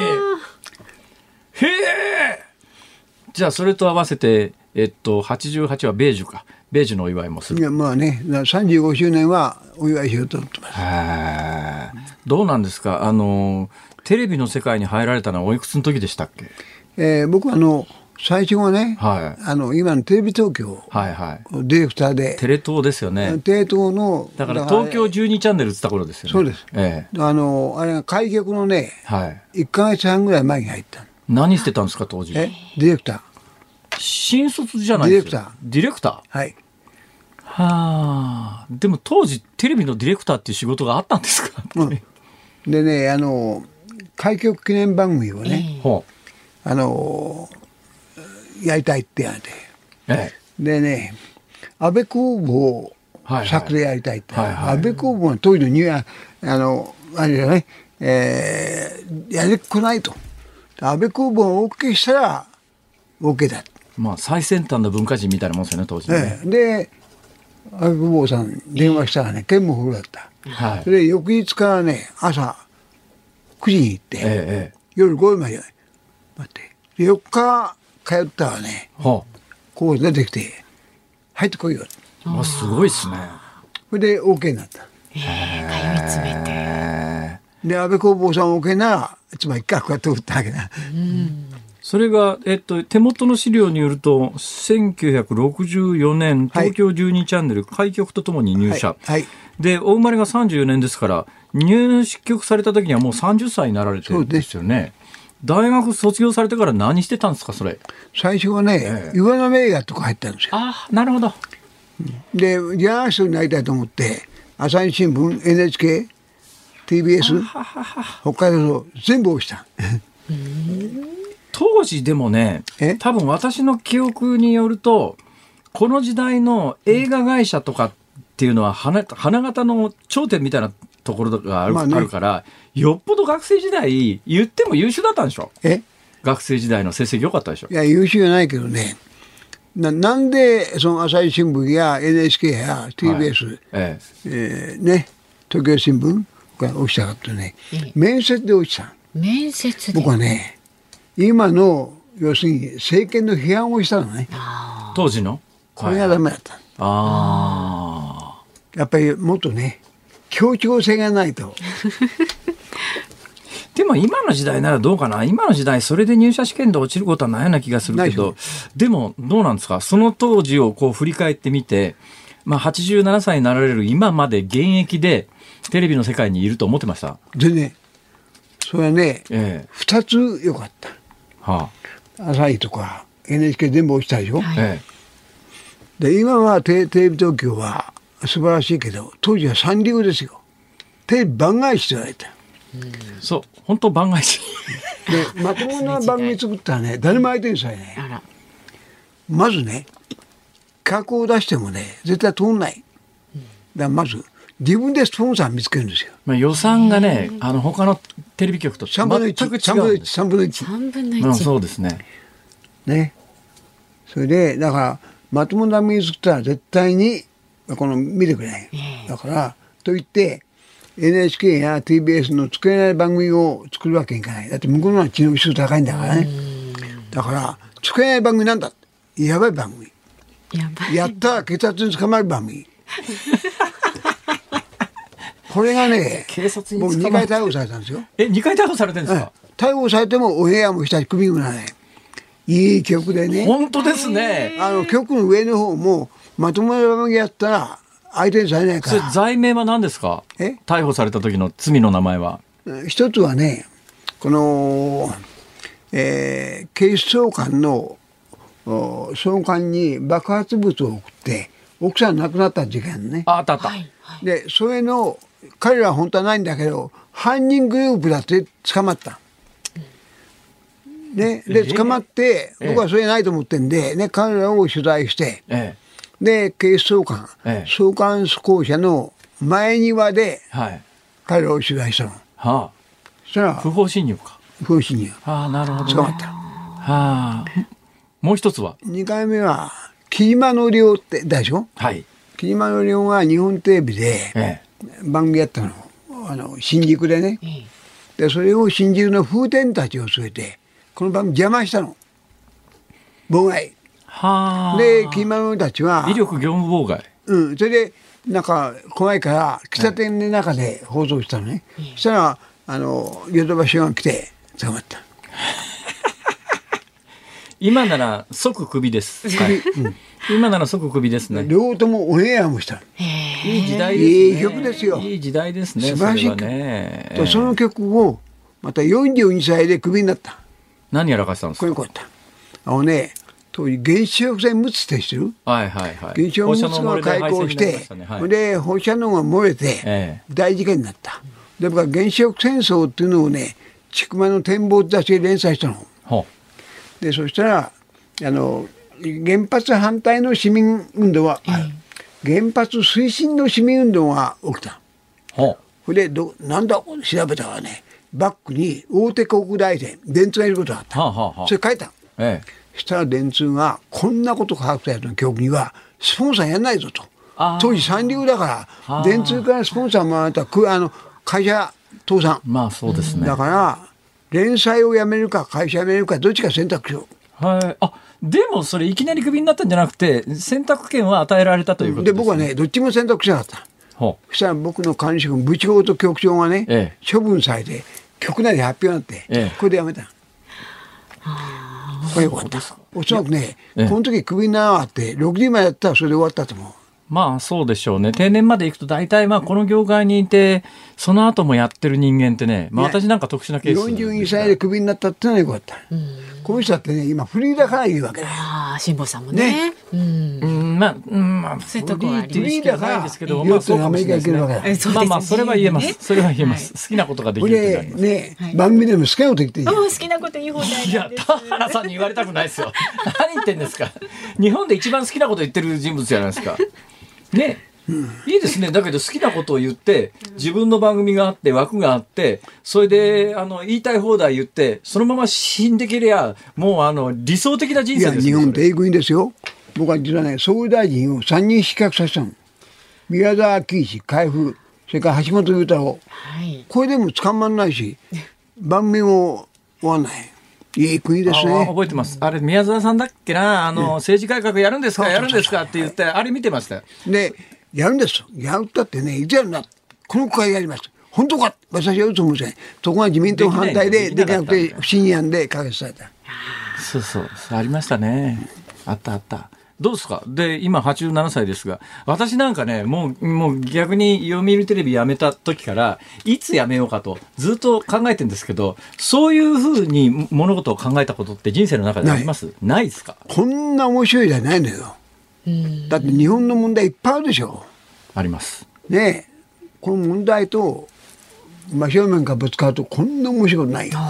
え。じゃあそれと合わせて88はベージュか。ベージュのお祝いもする。 いや35周年はお祝いしようと思ってます。 どうなんですか。テレビの世界に入られたのはおいくつの時でしたっけ。僕は最初はね、今のテレビ東京、ディレクターで、 テレ東ですよね。 テレ東のだから東京12チャンネルって言った頃ですよね。 そうです。あれが開局のね、1ヶ月半ぐらい前に入った。 何してたんですか当時。 ディレクター。 新卒じゃないですか。ディレクター。 はい。 はあ。でも当時テレビのディレクターっていう仕事があったんですか。 でね、開局記念番組をね、やりたいって言われて、でね、安倍公房作でやりたいって、安倍公房の当時のあれじゃね、やりっこないと、安倍公房を OK したら OK だ。 最先端の文化人みたいなもんですよね当時ね。 で安倍公房さん電話したらね、県もフルだった。それで翌日からね、朝9時に行って、夜5時まで待って、4日通ったらね、こう出てきて入ってこいよ。 すごいですね。 それで OK になった。 通い詰めて。 で安倍公房さん OK ならつまり1回通ったわけだ。 それが、手元の資料によると1964年東京12チャンネル開局とともに入社、でお生まれが34年ですから、入局された時にはもう30歳になられてるんですよね。大学卒業されてから何してたんですかそれ。 最初はね、岩波映画とか入ったんですよ。 なるほど。 でジャーナリストになりたいと思って朝日新聞 NHK TBS 北海道全部押した当時でもね、多分私の記憶によるとこの時代の映画会社とかっていうのは花形の頂点みたいなところがあるから、よっぽど学生時代言っても優秀だったんでしょ。学生時代の成績良かったでしょ。 いや優秀じゃないけどね、なんでその朝日新聞や NHK や TBS、ね、東京新聞が落ちたかってね、面接で落ちた。 面接で。 僕はね、今の要するに政権の批判をしたのね。 当時のこれがダメだった。 やっぱりもっとね協調性がないと。 でも今の時代ならどうかな。今の時代それで入社試験で落ちることはないような気がするけど、でもどうなんですか。その当時をこう振り返ってみて、87歳になられる今まで現役でテレビの世界にいると思ってました？ でね、それはね、2つ良かった。朝日とか NHK 全部落ちたでしょ。で今はテレビ東京は素晴らしいけど、当時は三流ですよ。テレビ番外地と言われた。 そう本当番外地でまともな番組作ったらね誰も相手にさえね、まずね企画を出してもね絶対通んない。だからまず自分でスポンサー見つけるんですよ。 予算がね他のテレビ局と全く違うんです。 3分の1。 そうですね。 それでだからまともな番組作ったら絶対に見てくれない。だからといってNHK や TBS の作れない番組を作るわけにいかない。だって向こうのは知能指数高いんだからね。だから作れない番組なんだ。やばい番組。やったら警察に捕まる番組。これがね、僕2回逮捕されたんですよ。 2回逮捕されてるんですか？ 逮捕されてもお部屋もしたし首もなね。いい曲でね。 本当ですね。 曲の上の方もまともな番組やったら相手にされないから。 それ罪名は何ですか？逮捕された時の罪の名前は。 一つはね、この、警視総監の総監に爆発物を送って奥さん亡くなった事件ね。 あった。 でそれの彼らは本当はないんだけど犯人グループだって捕まった。で捕まって、僕はそれないと思ってんで、彼らを取材して、で警視総監、総監公社の前庭で彼らを取材したの。そしたら不法侵入か。 不法侵入。 なるほど、 捕まった。 もう一つは 2回目は木島のりおってでしょ。木島のりおが日本テレビで番組やったの、新宿でね。でそれを新宿の風天たちを連れてこの番組邪魔したの。妨害。で木島のりたちは威力業務妨害。 それでなんか怖いから喫茶店の中で放送したのね。そしたらヨドバシが来て捕まった。 今なら即クビです。今なら即クビですね。 両方ともオンエアもした。 いい時代ですね。 いい曲ですよ。 いい時代ですね。 素晴らしい曲。その曲をまた42歳でクビになった。 何やらかしたんですか？ こういうこと。当時原子力潜物って知ってる？原子力潜物が開港して、で放射能が漏れて大事件になった。で僕は原子力戦争っていうのをね、千曲の展望雑誌で連載したの。でそしたら原発反対の市民運動は、原発推進の市民運動が起きた。それでなんだ調べたらね、バックに大手広告代理店電通がいることがあった。それ書いた。そしたら電通がこんなこと書くやつの曲にはスポンサーやんないぞと。当時三流だから電通からスポンサーもらったら会社倒産。 そうですね。 だから連載をやめるか会社やめるかどっちか選択しよう。でもそれいきなりクビになったんじゃなくて選択権は与えられたということですね。 で僕はねどっちも選択しなかった。そしたら僕の管理職部長と局長がね、処分されて局内で発表になって、これでやめた。これよかった。おそらくね、この時クビにならなかった6時までやったらそれで終わったと思う。 そうでしょうね。定年まで行くと大体この業界にいてその後もやってる人間ってね、私なんか特殊なケース 42歳でクビになったってのはよかった。この人だってね今フリーだからいいわけだよ。 辛坊さんもね。 フリーだからですけど、 アメリカ行けるわけだ。 それは言えます。それは言えます。好きなことができるってなります。 ね、番組でも好きなこと言っていい。 好きなこと言い放題。 いや田原さんに言われたくないですよ。何言ってんですか。日本で一番好きなこと言ってる人物じゃないですか。ね、いいですね。だけど好きなことを言って自分の番組があって枠があってそれで言いたい放題言ってそのまま死んでけりゃもう理想的な人生です。 日本って英国ですよ。僕は実はね総理大臣を3人失格させたの。宮沢喜一、海部、それから橋本龍太郎、これでも捕まんないし番組も終わんない。いい国ですね。 覚えてます。あれ宮沢さんだっけな、政治改革やるんですかやるんですかって言ってあれ見てましたよ。 でやるんですよ。やるったってね、いつやるな。この国会やります。本当か私は嘘もせん。ところが自民党反対でできなくて不信任案で可決された。 そうありましたね。あったどうですか。で今87歳ですが、私なんかねもう逆に読売テレビ辞めた時からいつ辞めようかとずっと考えてるんですけど、そういうふうに物事を考えたことって人生の中であります？ないですか？ こんな面白いじゃないのよ。だって日本の問題いっぱいあるでしょ。ありますね。この問題と真正面からぶつかるとこんな面白くないよ。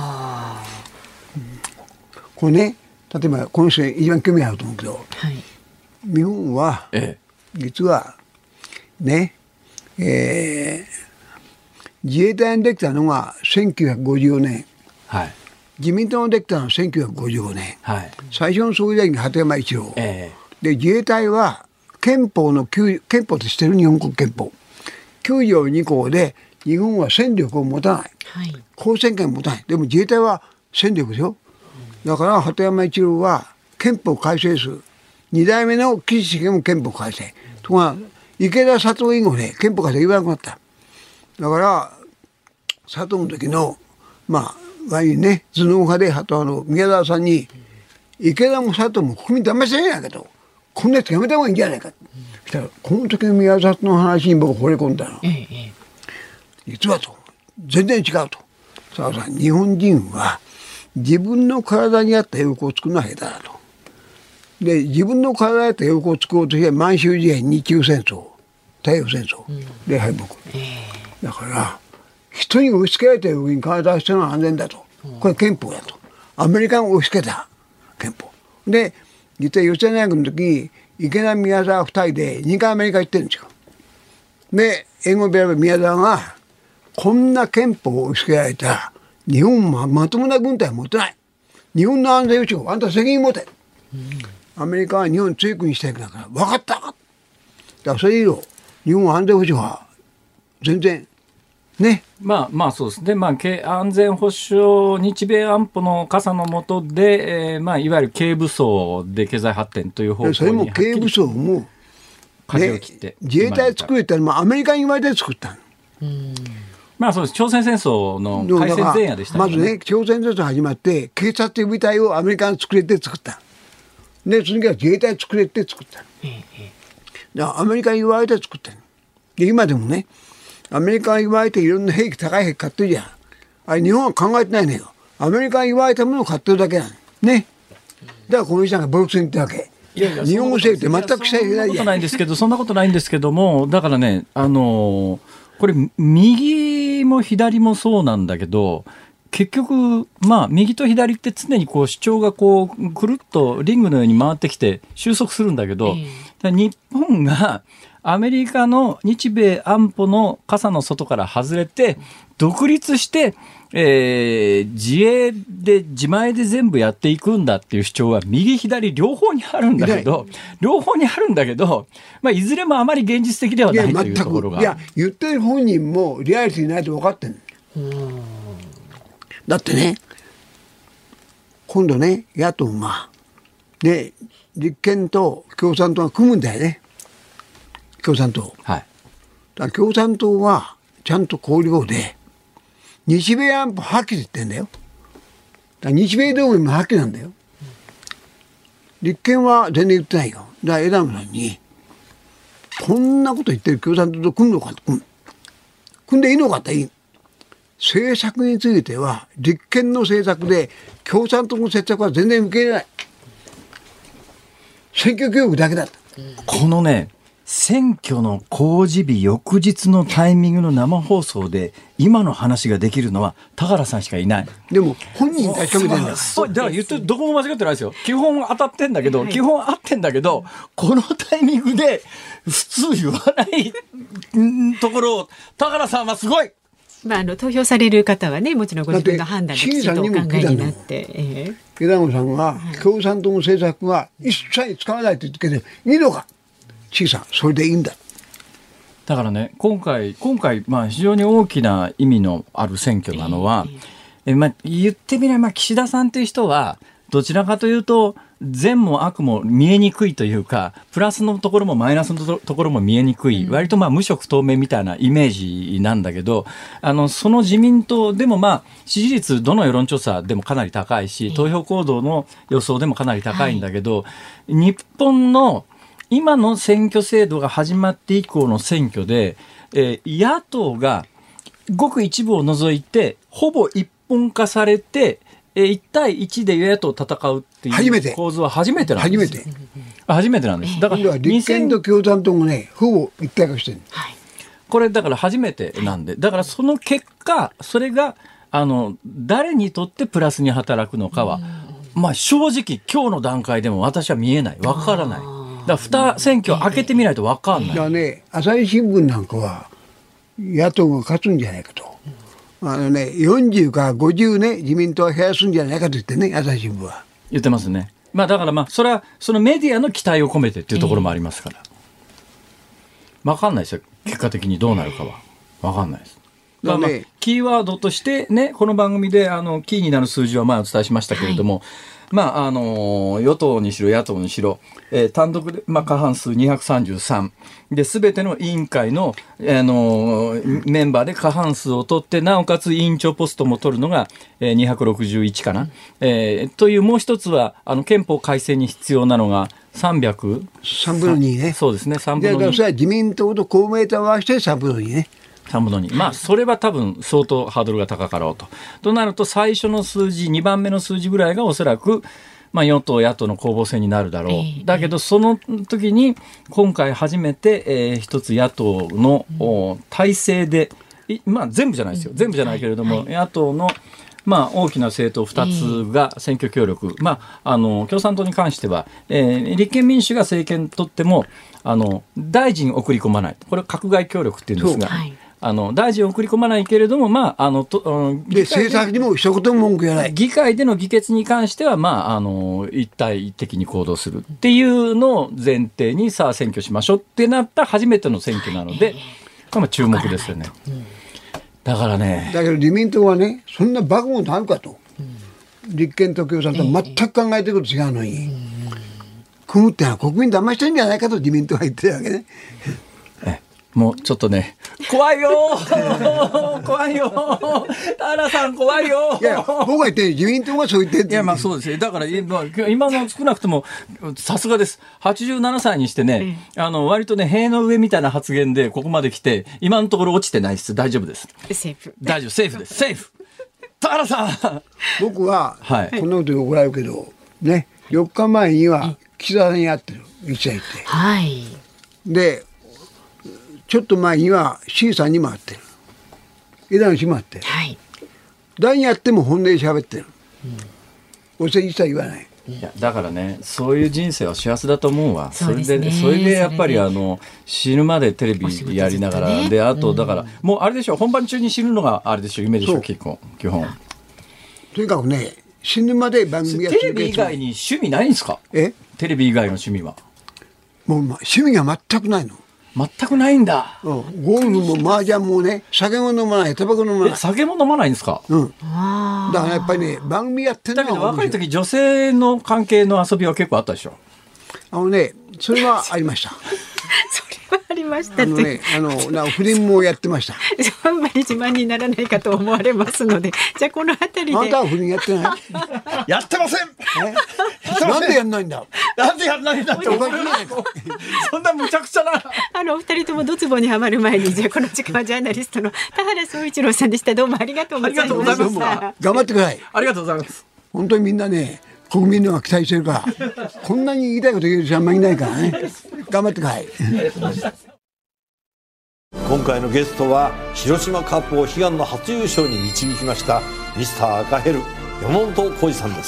これね、例えばこの人一番興味あると思うけど、はい、日本は実はね、自衛隊にできたのが1954年、はい、自民党にできたのは1955年、はい、最初の総理大臣が鳩山一郎、で自衛隊は憲法としてる日本国憲法9条2項で日本は戦力を持たない、はい、交戦権を持たない。でも自衛隊は戦力ですよ。だから鳩山一郎は憲法改正する2代目の岸重も憲法改正とか池田佐藤以後で憲法改正言わなくなった。だから佐藤の時の割にね頭脳派で宮沢さんに池田も佐藤も国民騙してないんやけどこんなやつやめた方がいいんじゃないかってしたら、この時の宮沢さんの話に僕惚れ込んだの。実はと全然違うと。さあ日本人は自分の体に合った洋服を作るのは下手だと。で自分の体に合った洋服を作ろうとして満州事変、日中戦争、太平洋戦争で敗北、だから人に押し付けられた洋服に体をしてるのは安全だと。これ憲法だと。アメリカが押し付けた憲法で、実は吉田大学の時に池田宮沢2人で2回アメリカ行ってるんですよ。で英語でやれば宮沢がこんな憲法を押し付けられた日本はまともな軍隊は持ってない。日本の安全保障あんた責任持て、アメリカは日本を強くにしたいから分かった。だからそれ以上日本は安全保障は全然ね。 そうですね。安全保障日米安保の傘の下で、いわゆる軽武装で経済発展という方向にそれも軽武装も舵を切って、 自衛隊作れたのもアメリカに言われて作ったの。 そうです。朝鮮戦争の開戦前夜でしたね。 まずね朝鮮戦争始まって警察予備隊をアメリカに作れて作った。で次は自衛隊作れって作った。だからアメリカに言われて作ったの。で今でもねアメリカが言われていろんな兵器高い兵器買ってるじゃん。あれ日本は考えてないのよ。アメリカが言われたものを買ってるだけなのね。だからこの人がボロクソに言ったわけ。日本語政府って全くしたいないじゃん。 そんなことないんですけども、だからねこれ右も左もそうなんだけど結局右と左って常に主張がくるっとリングのように回ってきて収束するんだけど、日本がアメリカの日米安保の傘の外から外れて独立して、自衛で自前で全部やっていくんだっていう主張は右左両方にあるんだけど、いずれもあまり現実的ではないというところが。 いや言ってる本人もリアリティないと分かってる。だってね今度ね野党がね立憲と共産党が組むんだよね。共産党、はい、だから共産党はちゃんと綱領で日米安保破棄って言ってんだよ。だから日米同盟も破棄なんだよ。立憲は全然言ってないよ。だから枝野さんにこんなこと言ってる共産党と組むのか、組んでいいのかっていい。政策については立憲の政策で共産党の政策は全然受け入れない。選挙教育だけだった。 このね選挙の公示日翌日のタイミングの生放送で今の話ができるのは田原さんしかいない。 でも本人が仕掛けてるんだよ。 だから言ってどこも間違ってないですよ。基本当たってんだけど、基本合ってんだけどこのタイミングで普通言わないところを田原さんはすごい。 投票される方はねもちろんご自分の判断できちんとお考えになって、 枝野さんは共産党の政策は一切使わないと言っていいのか。小さんそれでいいんだ。 だからね今回非常に大きな意味のある選挙なのは、言ってみれば岸田さんという人はどちらかというと善も悪も見えにくいというか、プラスのところもマイナスのところも見えにくい、割と無色透明みたいなイメージなんだけど、その自民党でも支持率どの世論調査でもかなり高いし、投票行動の予想でもかなり高いんだけど、日本の今の選挙制度が始まって以降の選挙で、野党がごく一部を除いてほぼ一本化されて、1対1で与野党戦うっていう構図は初めてなんです。初めてなんです。だから立憲と共産党もね、ほぼ一体化してる、 これだから初めてなんで、だからその結果、それが誰にとってプラスに働くのかは、正直今日の段階でも私は見えない、わからない。だから2選挙開けてみないとわかんない。 だからね、朝日新聞なんかは野党が勝つんじゃないかと。40から50ね、自民党は減らすんじゃないかと言ってね、朝日新聞は言ってますね。だからそれはそのメディアの期待を込めてっていうところもありますから、分かんないですよ、結果的にどうなるかは分かんないです。キーワードとしてね、この番組でキーになる数字は前お伝えしましたけれども、与党にしろ野党にしろ、単独で、過半数233で、全ての委員会の、メンバーで過半数を取って、なおかつ委員長ポストも取るのが、261かな、という。もう一つは憲法改正に必要なのが300、 3分の2ね。 そうですね、3分の2。 だからそれは自民党と公明党を合わせて3分の2ね。 3分の2。それは多分相当ハードルが高かろうと。となると最初の数字、2番目の数字ぐらいがおそらく、与党野党の攻防戦になるだろう。だけどその時に今回初めて、一つ野党の体制で、全部じゃないですよ。全部じゃないけれども、野党の大きな政党2つが選挙協力、共産党に関しては、立憲民主が政権取っても大臣送り込まない、これは閣外協力っていうんですが、大臣を送り込まないけれども、 で政策にも一言も文句言わない。 議会での議決に関しては、一体的に行動するっていうのを前提に、さあ選挙しましょうってなった初めての選挙なので、注目ですよね。だからね。 だけど自民党はね、そんなバカもあるかと。立憲と共産党は全く考えてること違うのに、組むってのは国民騙してるんじゃないかと自民党は言ってるわけね。 もうちょっとね、怖いよ怖いよ、田原さん怖いよ。 いや、僕が言って自民党がそう言ってる。 いや、そうですよ。だから今の少なくともさすがです。87歳にしてね、割とね、塀の上みたいな発言でここまで来て、今のところ落ちてないです。大丈夫です。 セーフ。 大丈夫、セーフです。セーフ。田原さん。 僕はこんなことで怒られるけどね、4日前には岸田さんに会ってる、一社行って。 はい。 で。ちょっと前には C さんにも会ってる、枝野氏も会ってる、誰に会っても本音で喋ってる、お世辞一切言わない。 いやだからね、そういう人生は幸せだと思うわ。それでやっぱり死ぬまでテレビやりながらで、あとだからもうあれでしょ、本番中に死ぬのがあれでしょ、夢でしょ、基本。 とにかくね、死ぬまで番組やってテレビ以外に趣味ないんですか？テレビ以外の趣味はもう趣味が全くないの。 全くないんだ。 ゴルフも麻雀もね、酒も飲まない、タバコ飲まない。 酒も飲まないんですか？ だからやっぱりね、番組やってるのは。 だけど若い時女性の関係の遊びは結構あったでしょ？ それはありました。 それはありましたね。 不倫もやってました。 あんまり自慢にならないかと思われますので、じゃあこのあたりで。 あなたは不倫やってない？ やってません。 なんでやんないんだ。 なんでやんないんだって。そんな無茶苦茶な。 お二人ともドツボにはまる前に、じゃあこの時間はジャーナリストの田原総一郎さんでした。どうもありがとうございました。 頑張ってください。 ありがとうございます。 本当にみんなね、国民のが期待してるから、こんなに言いたいこと言える人はあんまりいないからね。頑張ってください。 今回のゲストは広島カップを悲願の初優勝に導きましたミスター赤ヘル山本浩二さんです。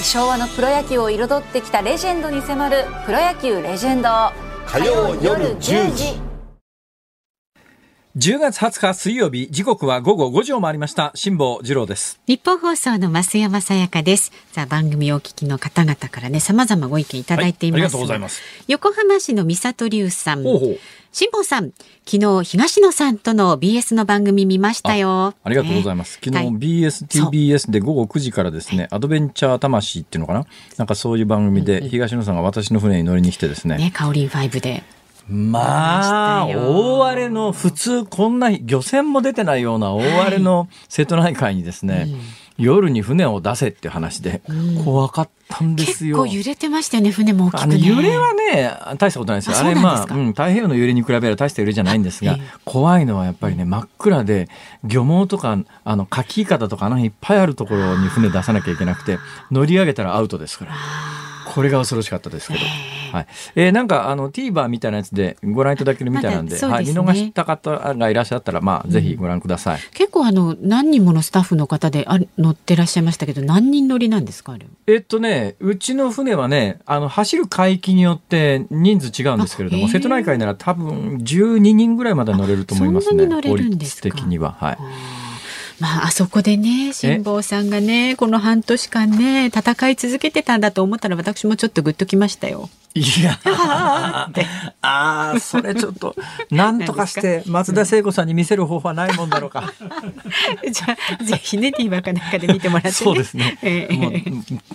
昭和のプロ野球を彩ってきたレジェンドに迫るプロ野球レジェンド、 火曜夜10時。 10月20日水曜日、時刻は午後5時を回りました。辛坊治郎です。 日本放送の増山さやかです。さあ、番組をお聞きの方々からね、様々ご意見いただいています。 ありがとうございます。 横浜市の三里龍さん。 ほうほう。 辛坊さん、昨日東野さんとの BS の番組見ましたよ。 ありがとうございます。昨日 BS、TBS で午後9時からですね、アドベンチャー魂っていうのかな、なんかそういう番組で東野さんが私の船に乗りに来てですね。 カオリン5で。 まあ、大荒れの、普通こんな漁船も出てないような大荒れの瀬戸内海にですね、夜に船を出せっていう話で、怖かったんですよ。 結構揺れてましたよね、船も大きくね。 揺れはね、大したことないですよ。あれ太平洋の揺れに比べれば大した揺れじゃないんですが、怖いのはやっぱりね、真っ暗で、漁網とか、かきいかだとか、いっぱいあるところに船出さなきゃいけなくて、乗り上げたらアウトですから。これが恐ろしかったですけど。はい。なんかTVer みたいなやつでご覧いただけるみたいなんで、はい、見逃した方がいらっしゃったら、ぜひご覧ください。 結構何人ものスタッフの方で乗ってらっしゃいましたけど、何人乗りなんですか、あれ。 うちの船はね、走る海域によって人数違うんですけれども、瀬戸内海なら多分12人ぐらいまで乗れると思いますね。 そんなに乗れるんですか。 法律的には。はい。 あそこでね、辛坊さんがね、この半年間ね、戦い続けてたんだと思ったら、私もちょっとグッときましたよ。 いやそれちょっとなんとかして松田聖子さんに見せる方法はないもんだろうか。 じゃあぜひね、TVer かなんかで見てもらってね。 そうですね、もう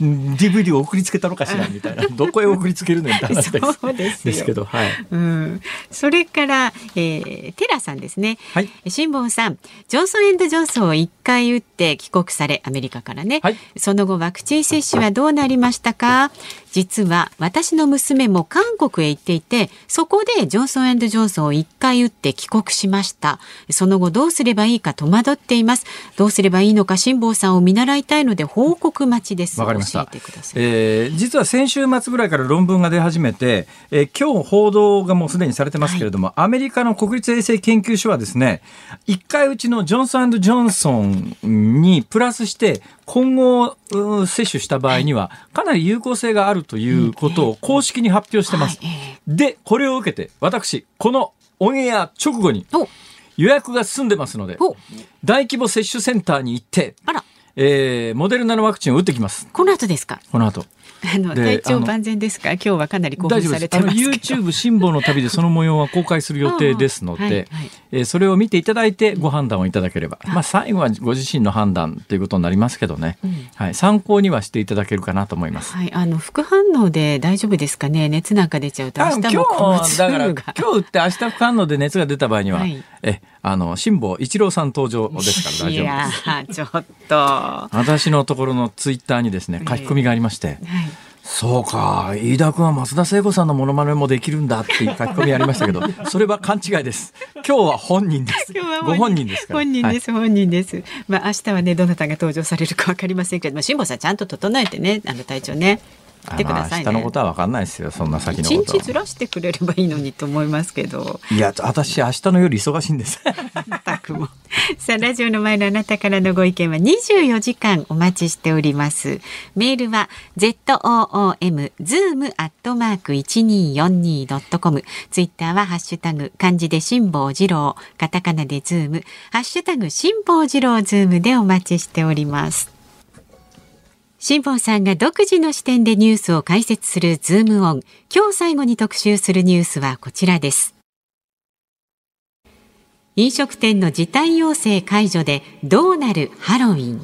DVD を送りつけたのかしらみたいな、どこへ送りつけるのって話ですけど、はい。 それから、テラさんですね。 はい。 辛坊さん、ジョンソン&ジョンソンを1回打って帰国され、アメリカからね、はい、その後ワクチン接種はどうなりましたか。実は私の娘も韓国へ行っていて、そこでジョンソン&ジョンソンを1回打って帰国しました。その後どうすればいいか戸惑っています。どうすればいいのか辛坊さんを見習いたいので報告待ちです。 わかりました。 教えてください。 実は先週末ぐらいから論文が出始めて、今日報道がもうすでにされてますけれども、はい、アメリカの国立衛生研究所はですね、1回打ちのジョンソン&ジョンソンにプラスして今後接種した場合にはかなり有効性があるということを公式に発表してます。で、これを受けて私、このオンエア直後に予約が進んでますので、大規模接種センターに行って、モデルナのワクチンを打ってきます。 この後ですか。 この後。 体調万全ですか。今日はかなり興奮されてますけど。 YouTube 辛坊の旅でその模様は公開する予定ですので、それを見ていただいてご判断をいただければ、最後はご自身の判断ということになりますけどね、はい、参考にはしていただけるかなと思います。 はい、副反応で大丈夫ですかね。熱なんか出ちゃうと明日も今日打って明日副反応で熱が出た場合には、辛坊一郎さん登場ですから大丈夫です。いやちょっと私のところのツイッターにですね、書き込みがありまして、そうか、飯田君は松田聖子さんのモノマネもできるんだっていう書き込みありましたけど、それは勘違いです。今日は本人です。ご本人ですから。 本人です、本人です。明日はね、どなたが登場されるか分かりませんけれども、辛坊さんちゃんと整えてね、体調ね。てくださいね。 下のことは分かんないですよ、そんな先のこと。 一日ずらしてくれればいいのにと思いますけど。 いや、私明日の夜忙しいんです。 さあ、ラジオの前のあなたからのご意見は24時間お待ちしております。メールは zoom@1242.com、ツイッターはハッシュタグ漢字で辛坊治郎、カタカナでズーム、ハッシュタグ辛坊治郎ズームでお待ちしております。辛坊さんが独自の視点でニュースを解説するズームオン。今日最後に特集するニュースはこちらです。飲食店の時短要請解除でどうなるハロウィン。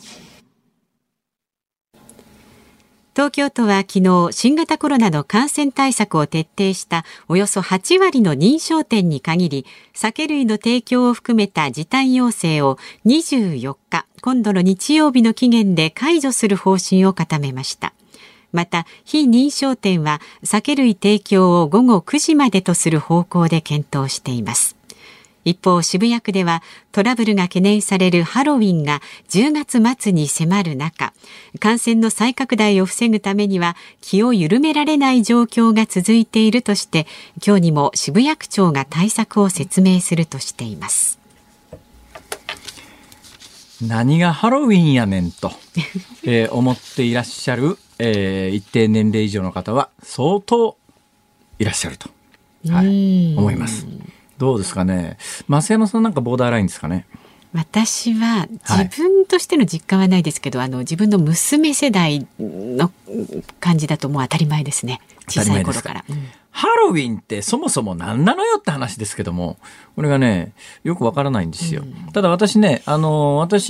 東京都は昨日、新型コロナの感染対策を徹底したおよそ8割の認証店に限り、酒類の提供を含めた時短要請を24日、今度の日曜日の期限で解除する方針を固めました。また、非認証店は酒類提供を午後9時までとする方向で検討しています。一方、渋谷区ではトラブルが懸念されるハロウィンが10月末に迫る中、感染の再拡大を防ぐためには気を緩められない状況が続いているとして、今日にも渋谷区長が対策を説明するとしています。 何がハロウィンやねんと、思っていらっしゃる、一定年齢以上の方は相当いらっしゃると、思います。 どうですかね。増山さんなんかボーダーラインですかね。 私は自分としての実感はないですけど、自分の娘世代の感じだともう当たり前ですね。小さい頃から。 ハロウィンってそもそも何なのよって話ですけども、これがね、よくわからないんですよ。ただ私ね、私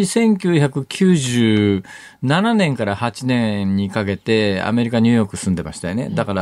1997年から8年にかけてアメリカニューヨーク住んでましたよね。だから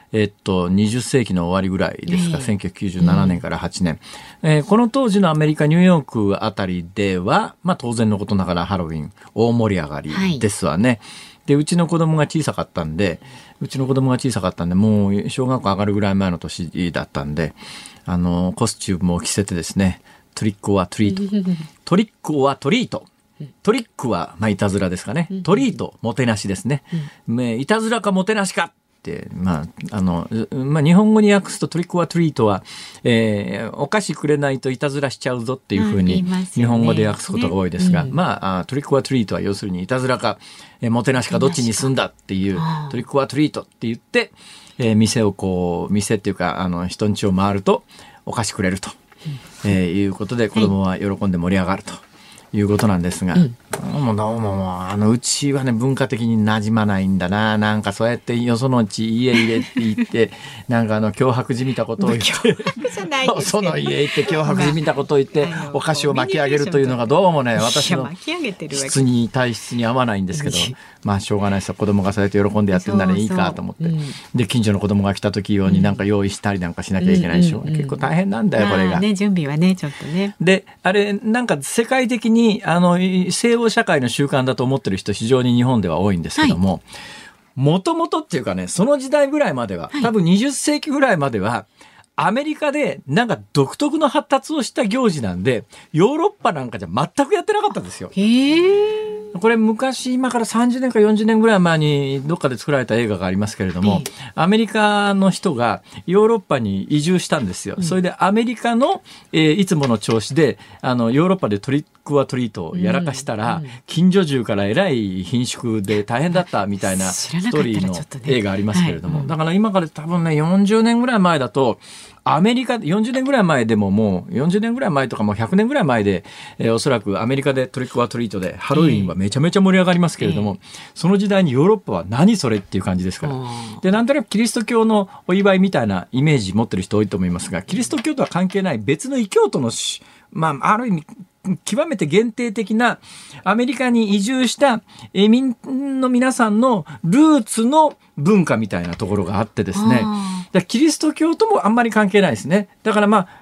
、20世紀の終わりぐらいですか、1997年から8年。この当時のアメリカニューヨークあたりでは、まあ当然のことながらハロウィン大盛り上がりですわね。で、うちの子供が小さかったんで、もう小学校上がるぐらい前の年だったんで、コスチュームを着せてですね、トリックオアトリート。トリックオアトリート。トリックは、まあ、いたずらですかね。トリート、もてなしですね。いたずらかもてなしか。まあ、日本語に訳すとトリックオアトリートは、お菓子くれないといたずらしちゃうぞっていうふうに日本語で訳すことが多いですが、まあトリックオアトリートは要するにいたずらか、もてなしかどっちに済んだっていうトリックオアトリートって言って、店っていうか人ん家を回るとお菓子くれると、いうことで子供は喜んで盛り上がるということなんですが、うちはね文化的に馴染まないんだな。なんかそうやってよそのうち家入れって言ってなんか脅迫じみたことを言ってその家行って脅迫じみたことを言ってお菓子を巻き上げるというのがどうもね私の体質に合わないんですけど、まあしょうがないですよ。子供がそうやって喜んでやってるならいいかと思って、で近所の子供が来た時用になんか用意したりなんかしなきゃいけないでしょ。結構大変なんだよこれが、 準備はねちょっとね。 であれなんか世界的に西欧社会の習慣だと思ってる人非常に日本では多いんですけども、もともとっていうかね、その時代ぐらいまでは、多分20世紀ぐらいまではアメリカでなんか独特の発達をした行事なんで、ヨーロッパなんかじゃ全くやってなかったんですよ。これ昔今から30年か40年ぐらい前にどっかで作られた映画がありますけれども、アメリカの人がヨーロッパに移住したんですよ。それでアメリカの、いつもの調子でヨーロッパでトリックオアトリートをやらかしたら、近所中からえらい貧縮で大変だったみたいなストーリーの映画ありますけれども、だから今から多分ね40年ぐらい前だとアメリカで40年ぐらい前でももう40年ぐらい前とかもう100年ぐらい前で、おそらくアメリカでトリックオアトリートでハロウィンはめちゃめちゃ盛り上がりますけれども、その時代にヨーロッパは何それっていう感じですから。でなんとなくキリスト教のお祝いみたいなイメージ持ってる人多いと思いますが、キリスト教とは関係ない別の異教徒のまあある意味極めて限定的なアメリカに移住した移民の皆さんのルーツの文化みたいなところがあってですね、キリスト教ともあんまり関係ないですね。だからまあ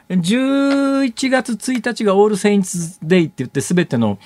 11月1日がオールセインツデイって言って全ての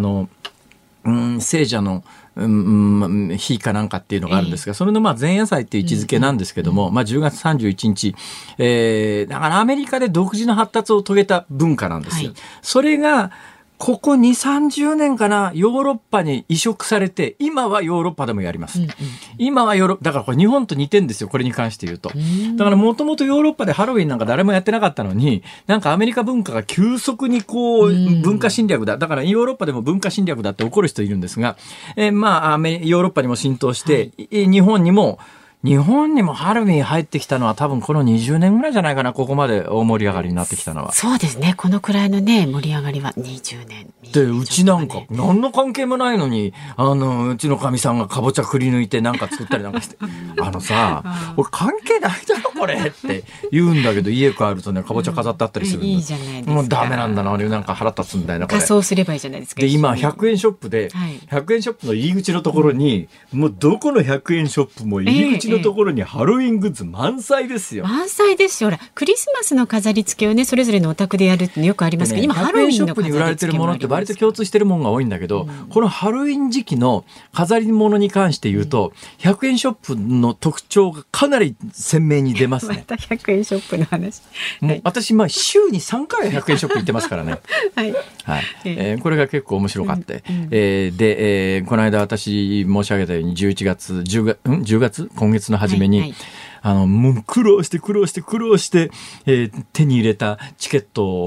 聖者の日かなんかっていうのがあるんですが、それのまあ前夜祭っていう位置づけなんですけども、まあ10月31日、だからアメリカで独自の発達を遂げた文化なんですよ。それがここ2、30年かな、ヨーロッパに移植されて、今はヨーロッパでもやります。今はだからこれ日本と似てんですよ、これに関して言うと。だからもともとヨーロッパでハロウィンなんか誰もやってなかったのに、なんかアメリカ文化が急速にこう、文化侵略だ。だからヨーロッパでも文化侵略だって怒る人いるんですが、まあ、ヨーロッパにも浸透して、日本にもハロウィン入ってきたのは多分この20年ぐらいじゃないかな、ここまで大盛り上がりになってきたのは。 そうですね、このくらいのね盛り上がりは20年で、うちなんか何の関係もないのにうちのかみさんがかぼちゃくり抜いてなんか作ったりなんかして俺関係ないだろこれって言うんだけど、家帰るとねかぼちゃ飾ってあったりするんだ。 いいじゃないですか。 もうダメなんだな、俺なんか腹立つんだよなこれ。 仮装すればいいじゃないですか。 で今100円ショップで、100円ショップの入り口のところに、もうどこの100円ショップも入り口のところにハロウィングッズ満載ですよ。 満載ですよ。ほらクリスマスの飾り付けをねそれぞれのお宅でやるってよくありますけど、今ハロウィンの飾り付けもあります。100円ショップに売られてるものって割と共通してるものが多いんだけど、このハロウィン時期の飾り物に関して言うと、100円ショップの特徴がかなり鮮明に出ますね。 また100円ショップの話。 もう私週に3回は100円ショップ行ってますからね。これが結構面白かって、で、この間私申し上げたように10月今月の初めに、もう苦労して、手に入れたチケットを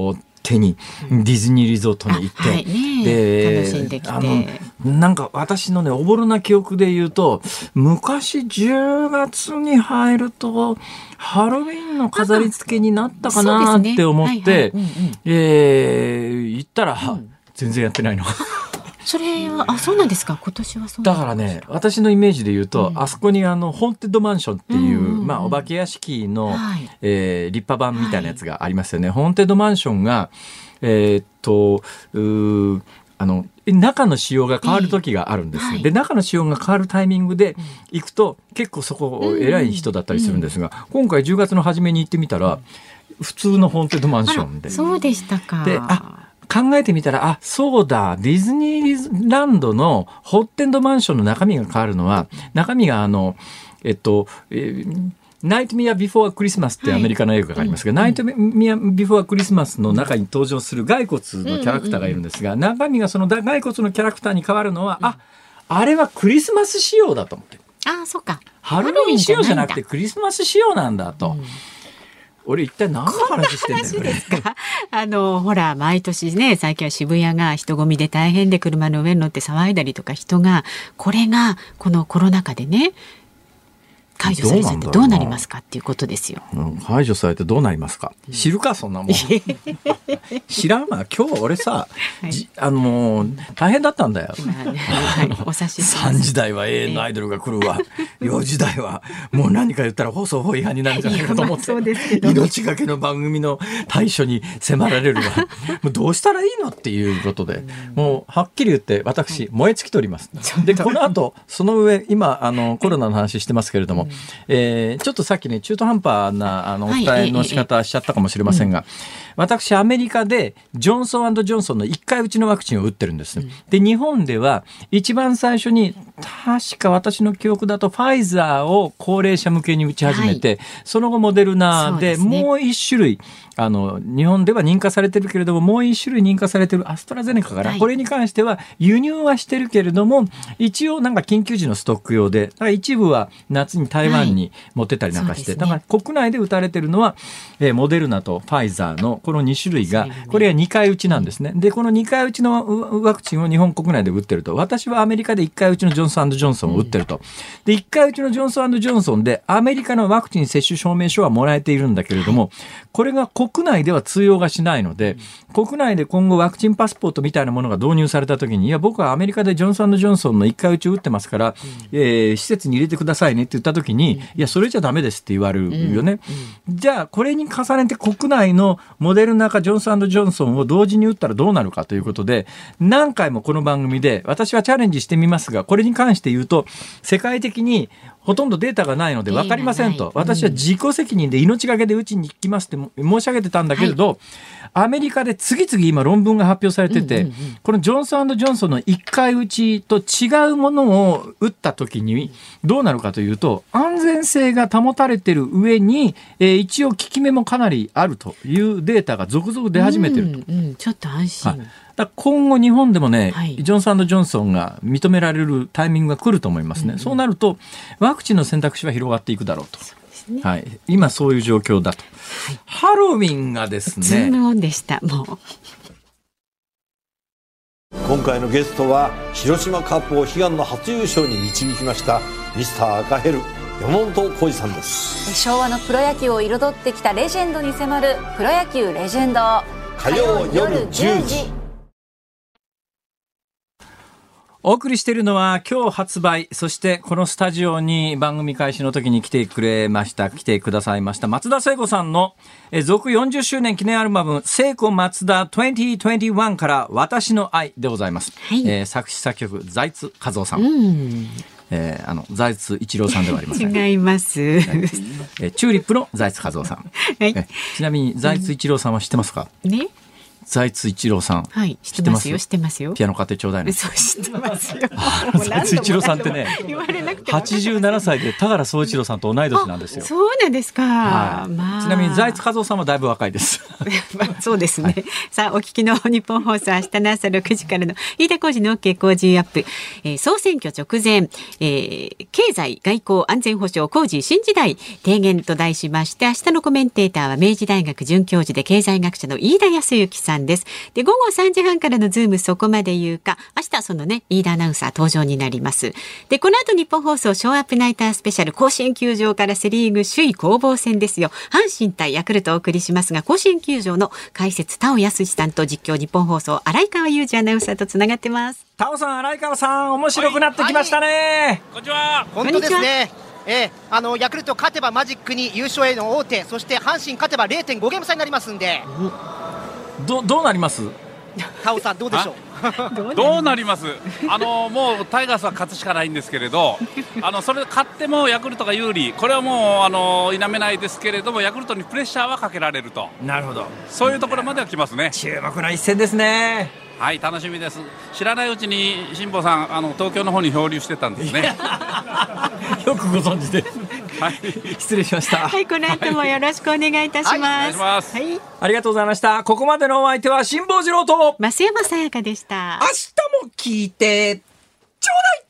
手にディズニーリゾートに行って、 はいね、楽しんできて、 なんか私のねおぼろな記憶で言うと、昔10月に入るとハロウィンの飾り付けになったかなって思って行ったら、全然やってないの。 それはそうなんですか。今年はそうだからね、私のイメージで言うと、あそこにホーンテッドマンションっていう、お化け屋敷の、立派版みたいなやつがありますよね。ホーンテッドマンションが中の仕様が変わる時があるんです、で中の仕様が変わるタイミングで行くと結構そこ偉い人だったりするんですが、今回10月の初めに行ってみたら、普通のホーンテッドマンションで、 そうでしたか。 で考えてみたら、そうだ、ディズニーランドのホーンテッドマンションの中身が変わるのは、中身がナイトミア・ビフォー・クリスマスっていうアメリカの映画がありますが、ナイトミア・ビフォー・クリスマスの中に登場する骸骨のキャラクターがいるんですが、中身がその骸骨のキャラクターに変わるのは、あれはクリスマス仕様だと思って。 そうか。 ハロウィン仕様じゃなくてクリスマス仕様なんだと。俺一体何の話してんだよ。これですか。ほら毎年ね、最近は渋谷が人混みで大変で車の上に乗って騒いだりとか、人がこれがこのコロナ禍でね解除されちゃってどうなりますかっていうことですよ。 解除されてどうなりますか。知るかそんなもん。知らんわ。今日俺さ、大変だったんだよ。 お察しします。 3時台は永遠のアイドルが来るわ。4時台はもう何か言ったら放送法違反になるんじゃないかと思って、命がけの番組の対処に迫られるわ。もうどうしたらいいのっていうことで、もうはっきり言って私燃え尽きております。でこの後その上今コロナの話してますけれども、ちょっとさっきね中途半端なお伝えの仕方しちゃったかもしれませんが、私アメリカでジョンソン&ジョンソンの1回打ちのワクチンを打ってるんです。で日本では一番最初に確か私の記憶だとファイザーを高齢者向けに打ち始めて、その後モデルナでもう1種類日本では認可されてるけれども、もう1種類認可されてるアストラゼネカから、これに関しては輸入はしてるけれども、一応なんか緊急時のストック用で、だから一部は夏に台湾に持ってったりなんかして、だから国内で打たれてるのは、モデルナとファイザーのこの2種類が、これは2回打ちなんですね。でこの2回打ちのワクチンを日本国内で打ってると、私はアメリカで1回打ちのジョンソン&ジョンソンを打ってると。で1回打ちのジョンソン&ジョンソンでアメリカのワクチン接種証明書はもらえているんだけれども、これが国内では通用がしないので、国内で今後ワクチンパスポートみたいなものが導入されたときに、いや僕はアメリカでジョンソン&ジョンソンの1回打ち打ってますから、施設に入れてくださいねって言ったときに、いやそれじゃダメですって言われるよね。じゃあこれに重ねて国内のモデルナかジョンソン&ジョンソンを同時に打ったらどうなるかということで、何回もこの番組で私はチャレンジしてみますが、これに関して言うと世界的にほとんどデータがないので分かりませんと、私は自己責任で命がけで打ちに行きますって申し上げてたんだけれど、アメリカで次々今論文が発表されてて、このジョンソン&ジョンソンの1回打ちと違うものを打った時にどうなるかというと、安全性が保たれてる上に、一応効き目もかなりあるというデータが続々出始めてると。 ちょっと安心。 だ今後日本でもね、ジョンソン&ジョンソンが認められるタイミングが来ると思いますね。そうなるとワクチンの選択肢は広がっていくだろうと。今そういう状況だと。ハロウィンがですね、 ズームオンでした。もう今回のゲストは広島カップを悲願の初優勝に導きましたミスター赤ヘル山本浩二さんです。 昭和のプロ野球を彩ってきたレジェンドに迫るプロ野球レジェンド、 火曜夜10時。 お送りしているのは今日発売、そしてこのスタジオに番組開始の時に来てくださいました松田聖子さんの続40周年記念アルバム聖子松田2021から私の愛でございます、作詞作曲財津和夫さん、財津一郎さんではありません。 違います、 チューリップの財津和夫さん、ちなみに財津一郎さんは知ってますか？ ね、 財津一郎さん、 知ってますよ、知ってますよ。 ピアノ買ってちょうだいね。 そう知ってますよ。 財津一郎さんってね、87歳で田原総一郎さんと同い年なんですよ。 そうなんですか。 ちなみに財津和夫さんはだいぶ若いです。 そうですね。さあお聞きの日本放送、明日の朝6時からの飯田浩司の OK 工事アップ、総選挙直前、経済外交安全保障工事新時代提言と題しまして、明日のコメンテーターは明治大学准教授で経済学者の飯田康之さん、 さんです。で、午後3時半からのズームそこまで言うか、明日はそのね、飯田アナウンサー登場になります。で、この後日本放送ショーアップナイタースペシャル甲子園球場からセリーグ首位攻防戦ですよ。阪神対ヤクルトをお送りしますが、甲子園球場の解説田尾康さんと実況日本放送荒井川裕二アナウンサーとつながってます。 田尾さん、荒井川さん、面白くなってきましたね。 こんにちは。本当ですね。ヤクルト勝てばマジックに優勝への王手、そして阪神勝てば 0.5 ゲーム差になりますんで。 どうなります？ タオさんどうでしょう？どうなります？もうタイガースは勝つしかないんですけれど、それで勝ってもヤクルトが有利、これはもう否めないですけれども、ヤクルトにプレッシャーはかけられると。 なるほど。 そういうところまでは来ますね。 注目の一戦ですね。 はい、楽しみです。知らないうちに辛坊さん東京の方に漂流してたんですね。 よくご存知で、はい、失礼しました。 はい、この後もよろしくお願いいたします。はい、お願いします。はい、 ありがとうございました。ここまでのお相手は辛坊治郎と増山さやかでした。 明日も聞いてちょうだい。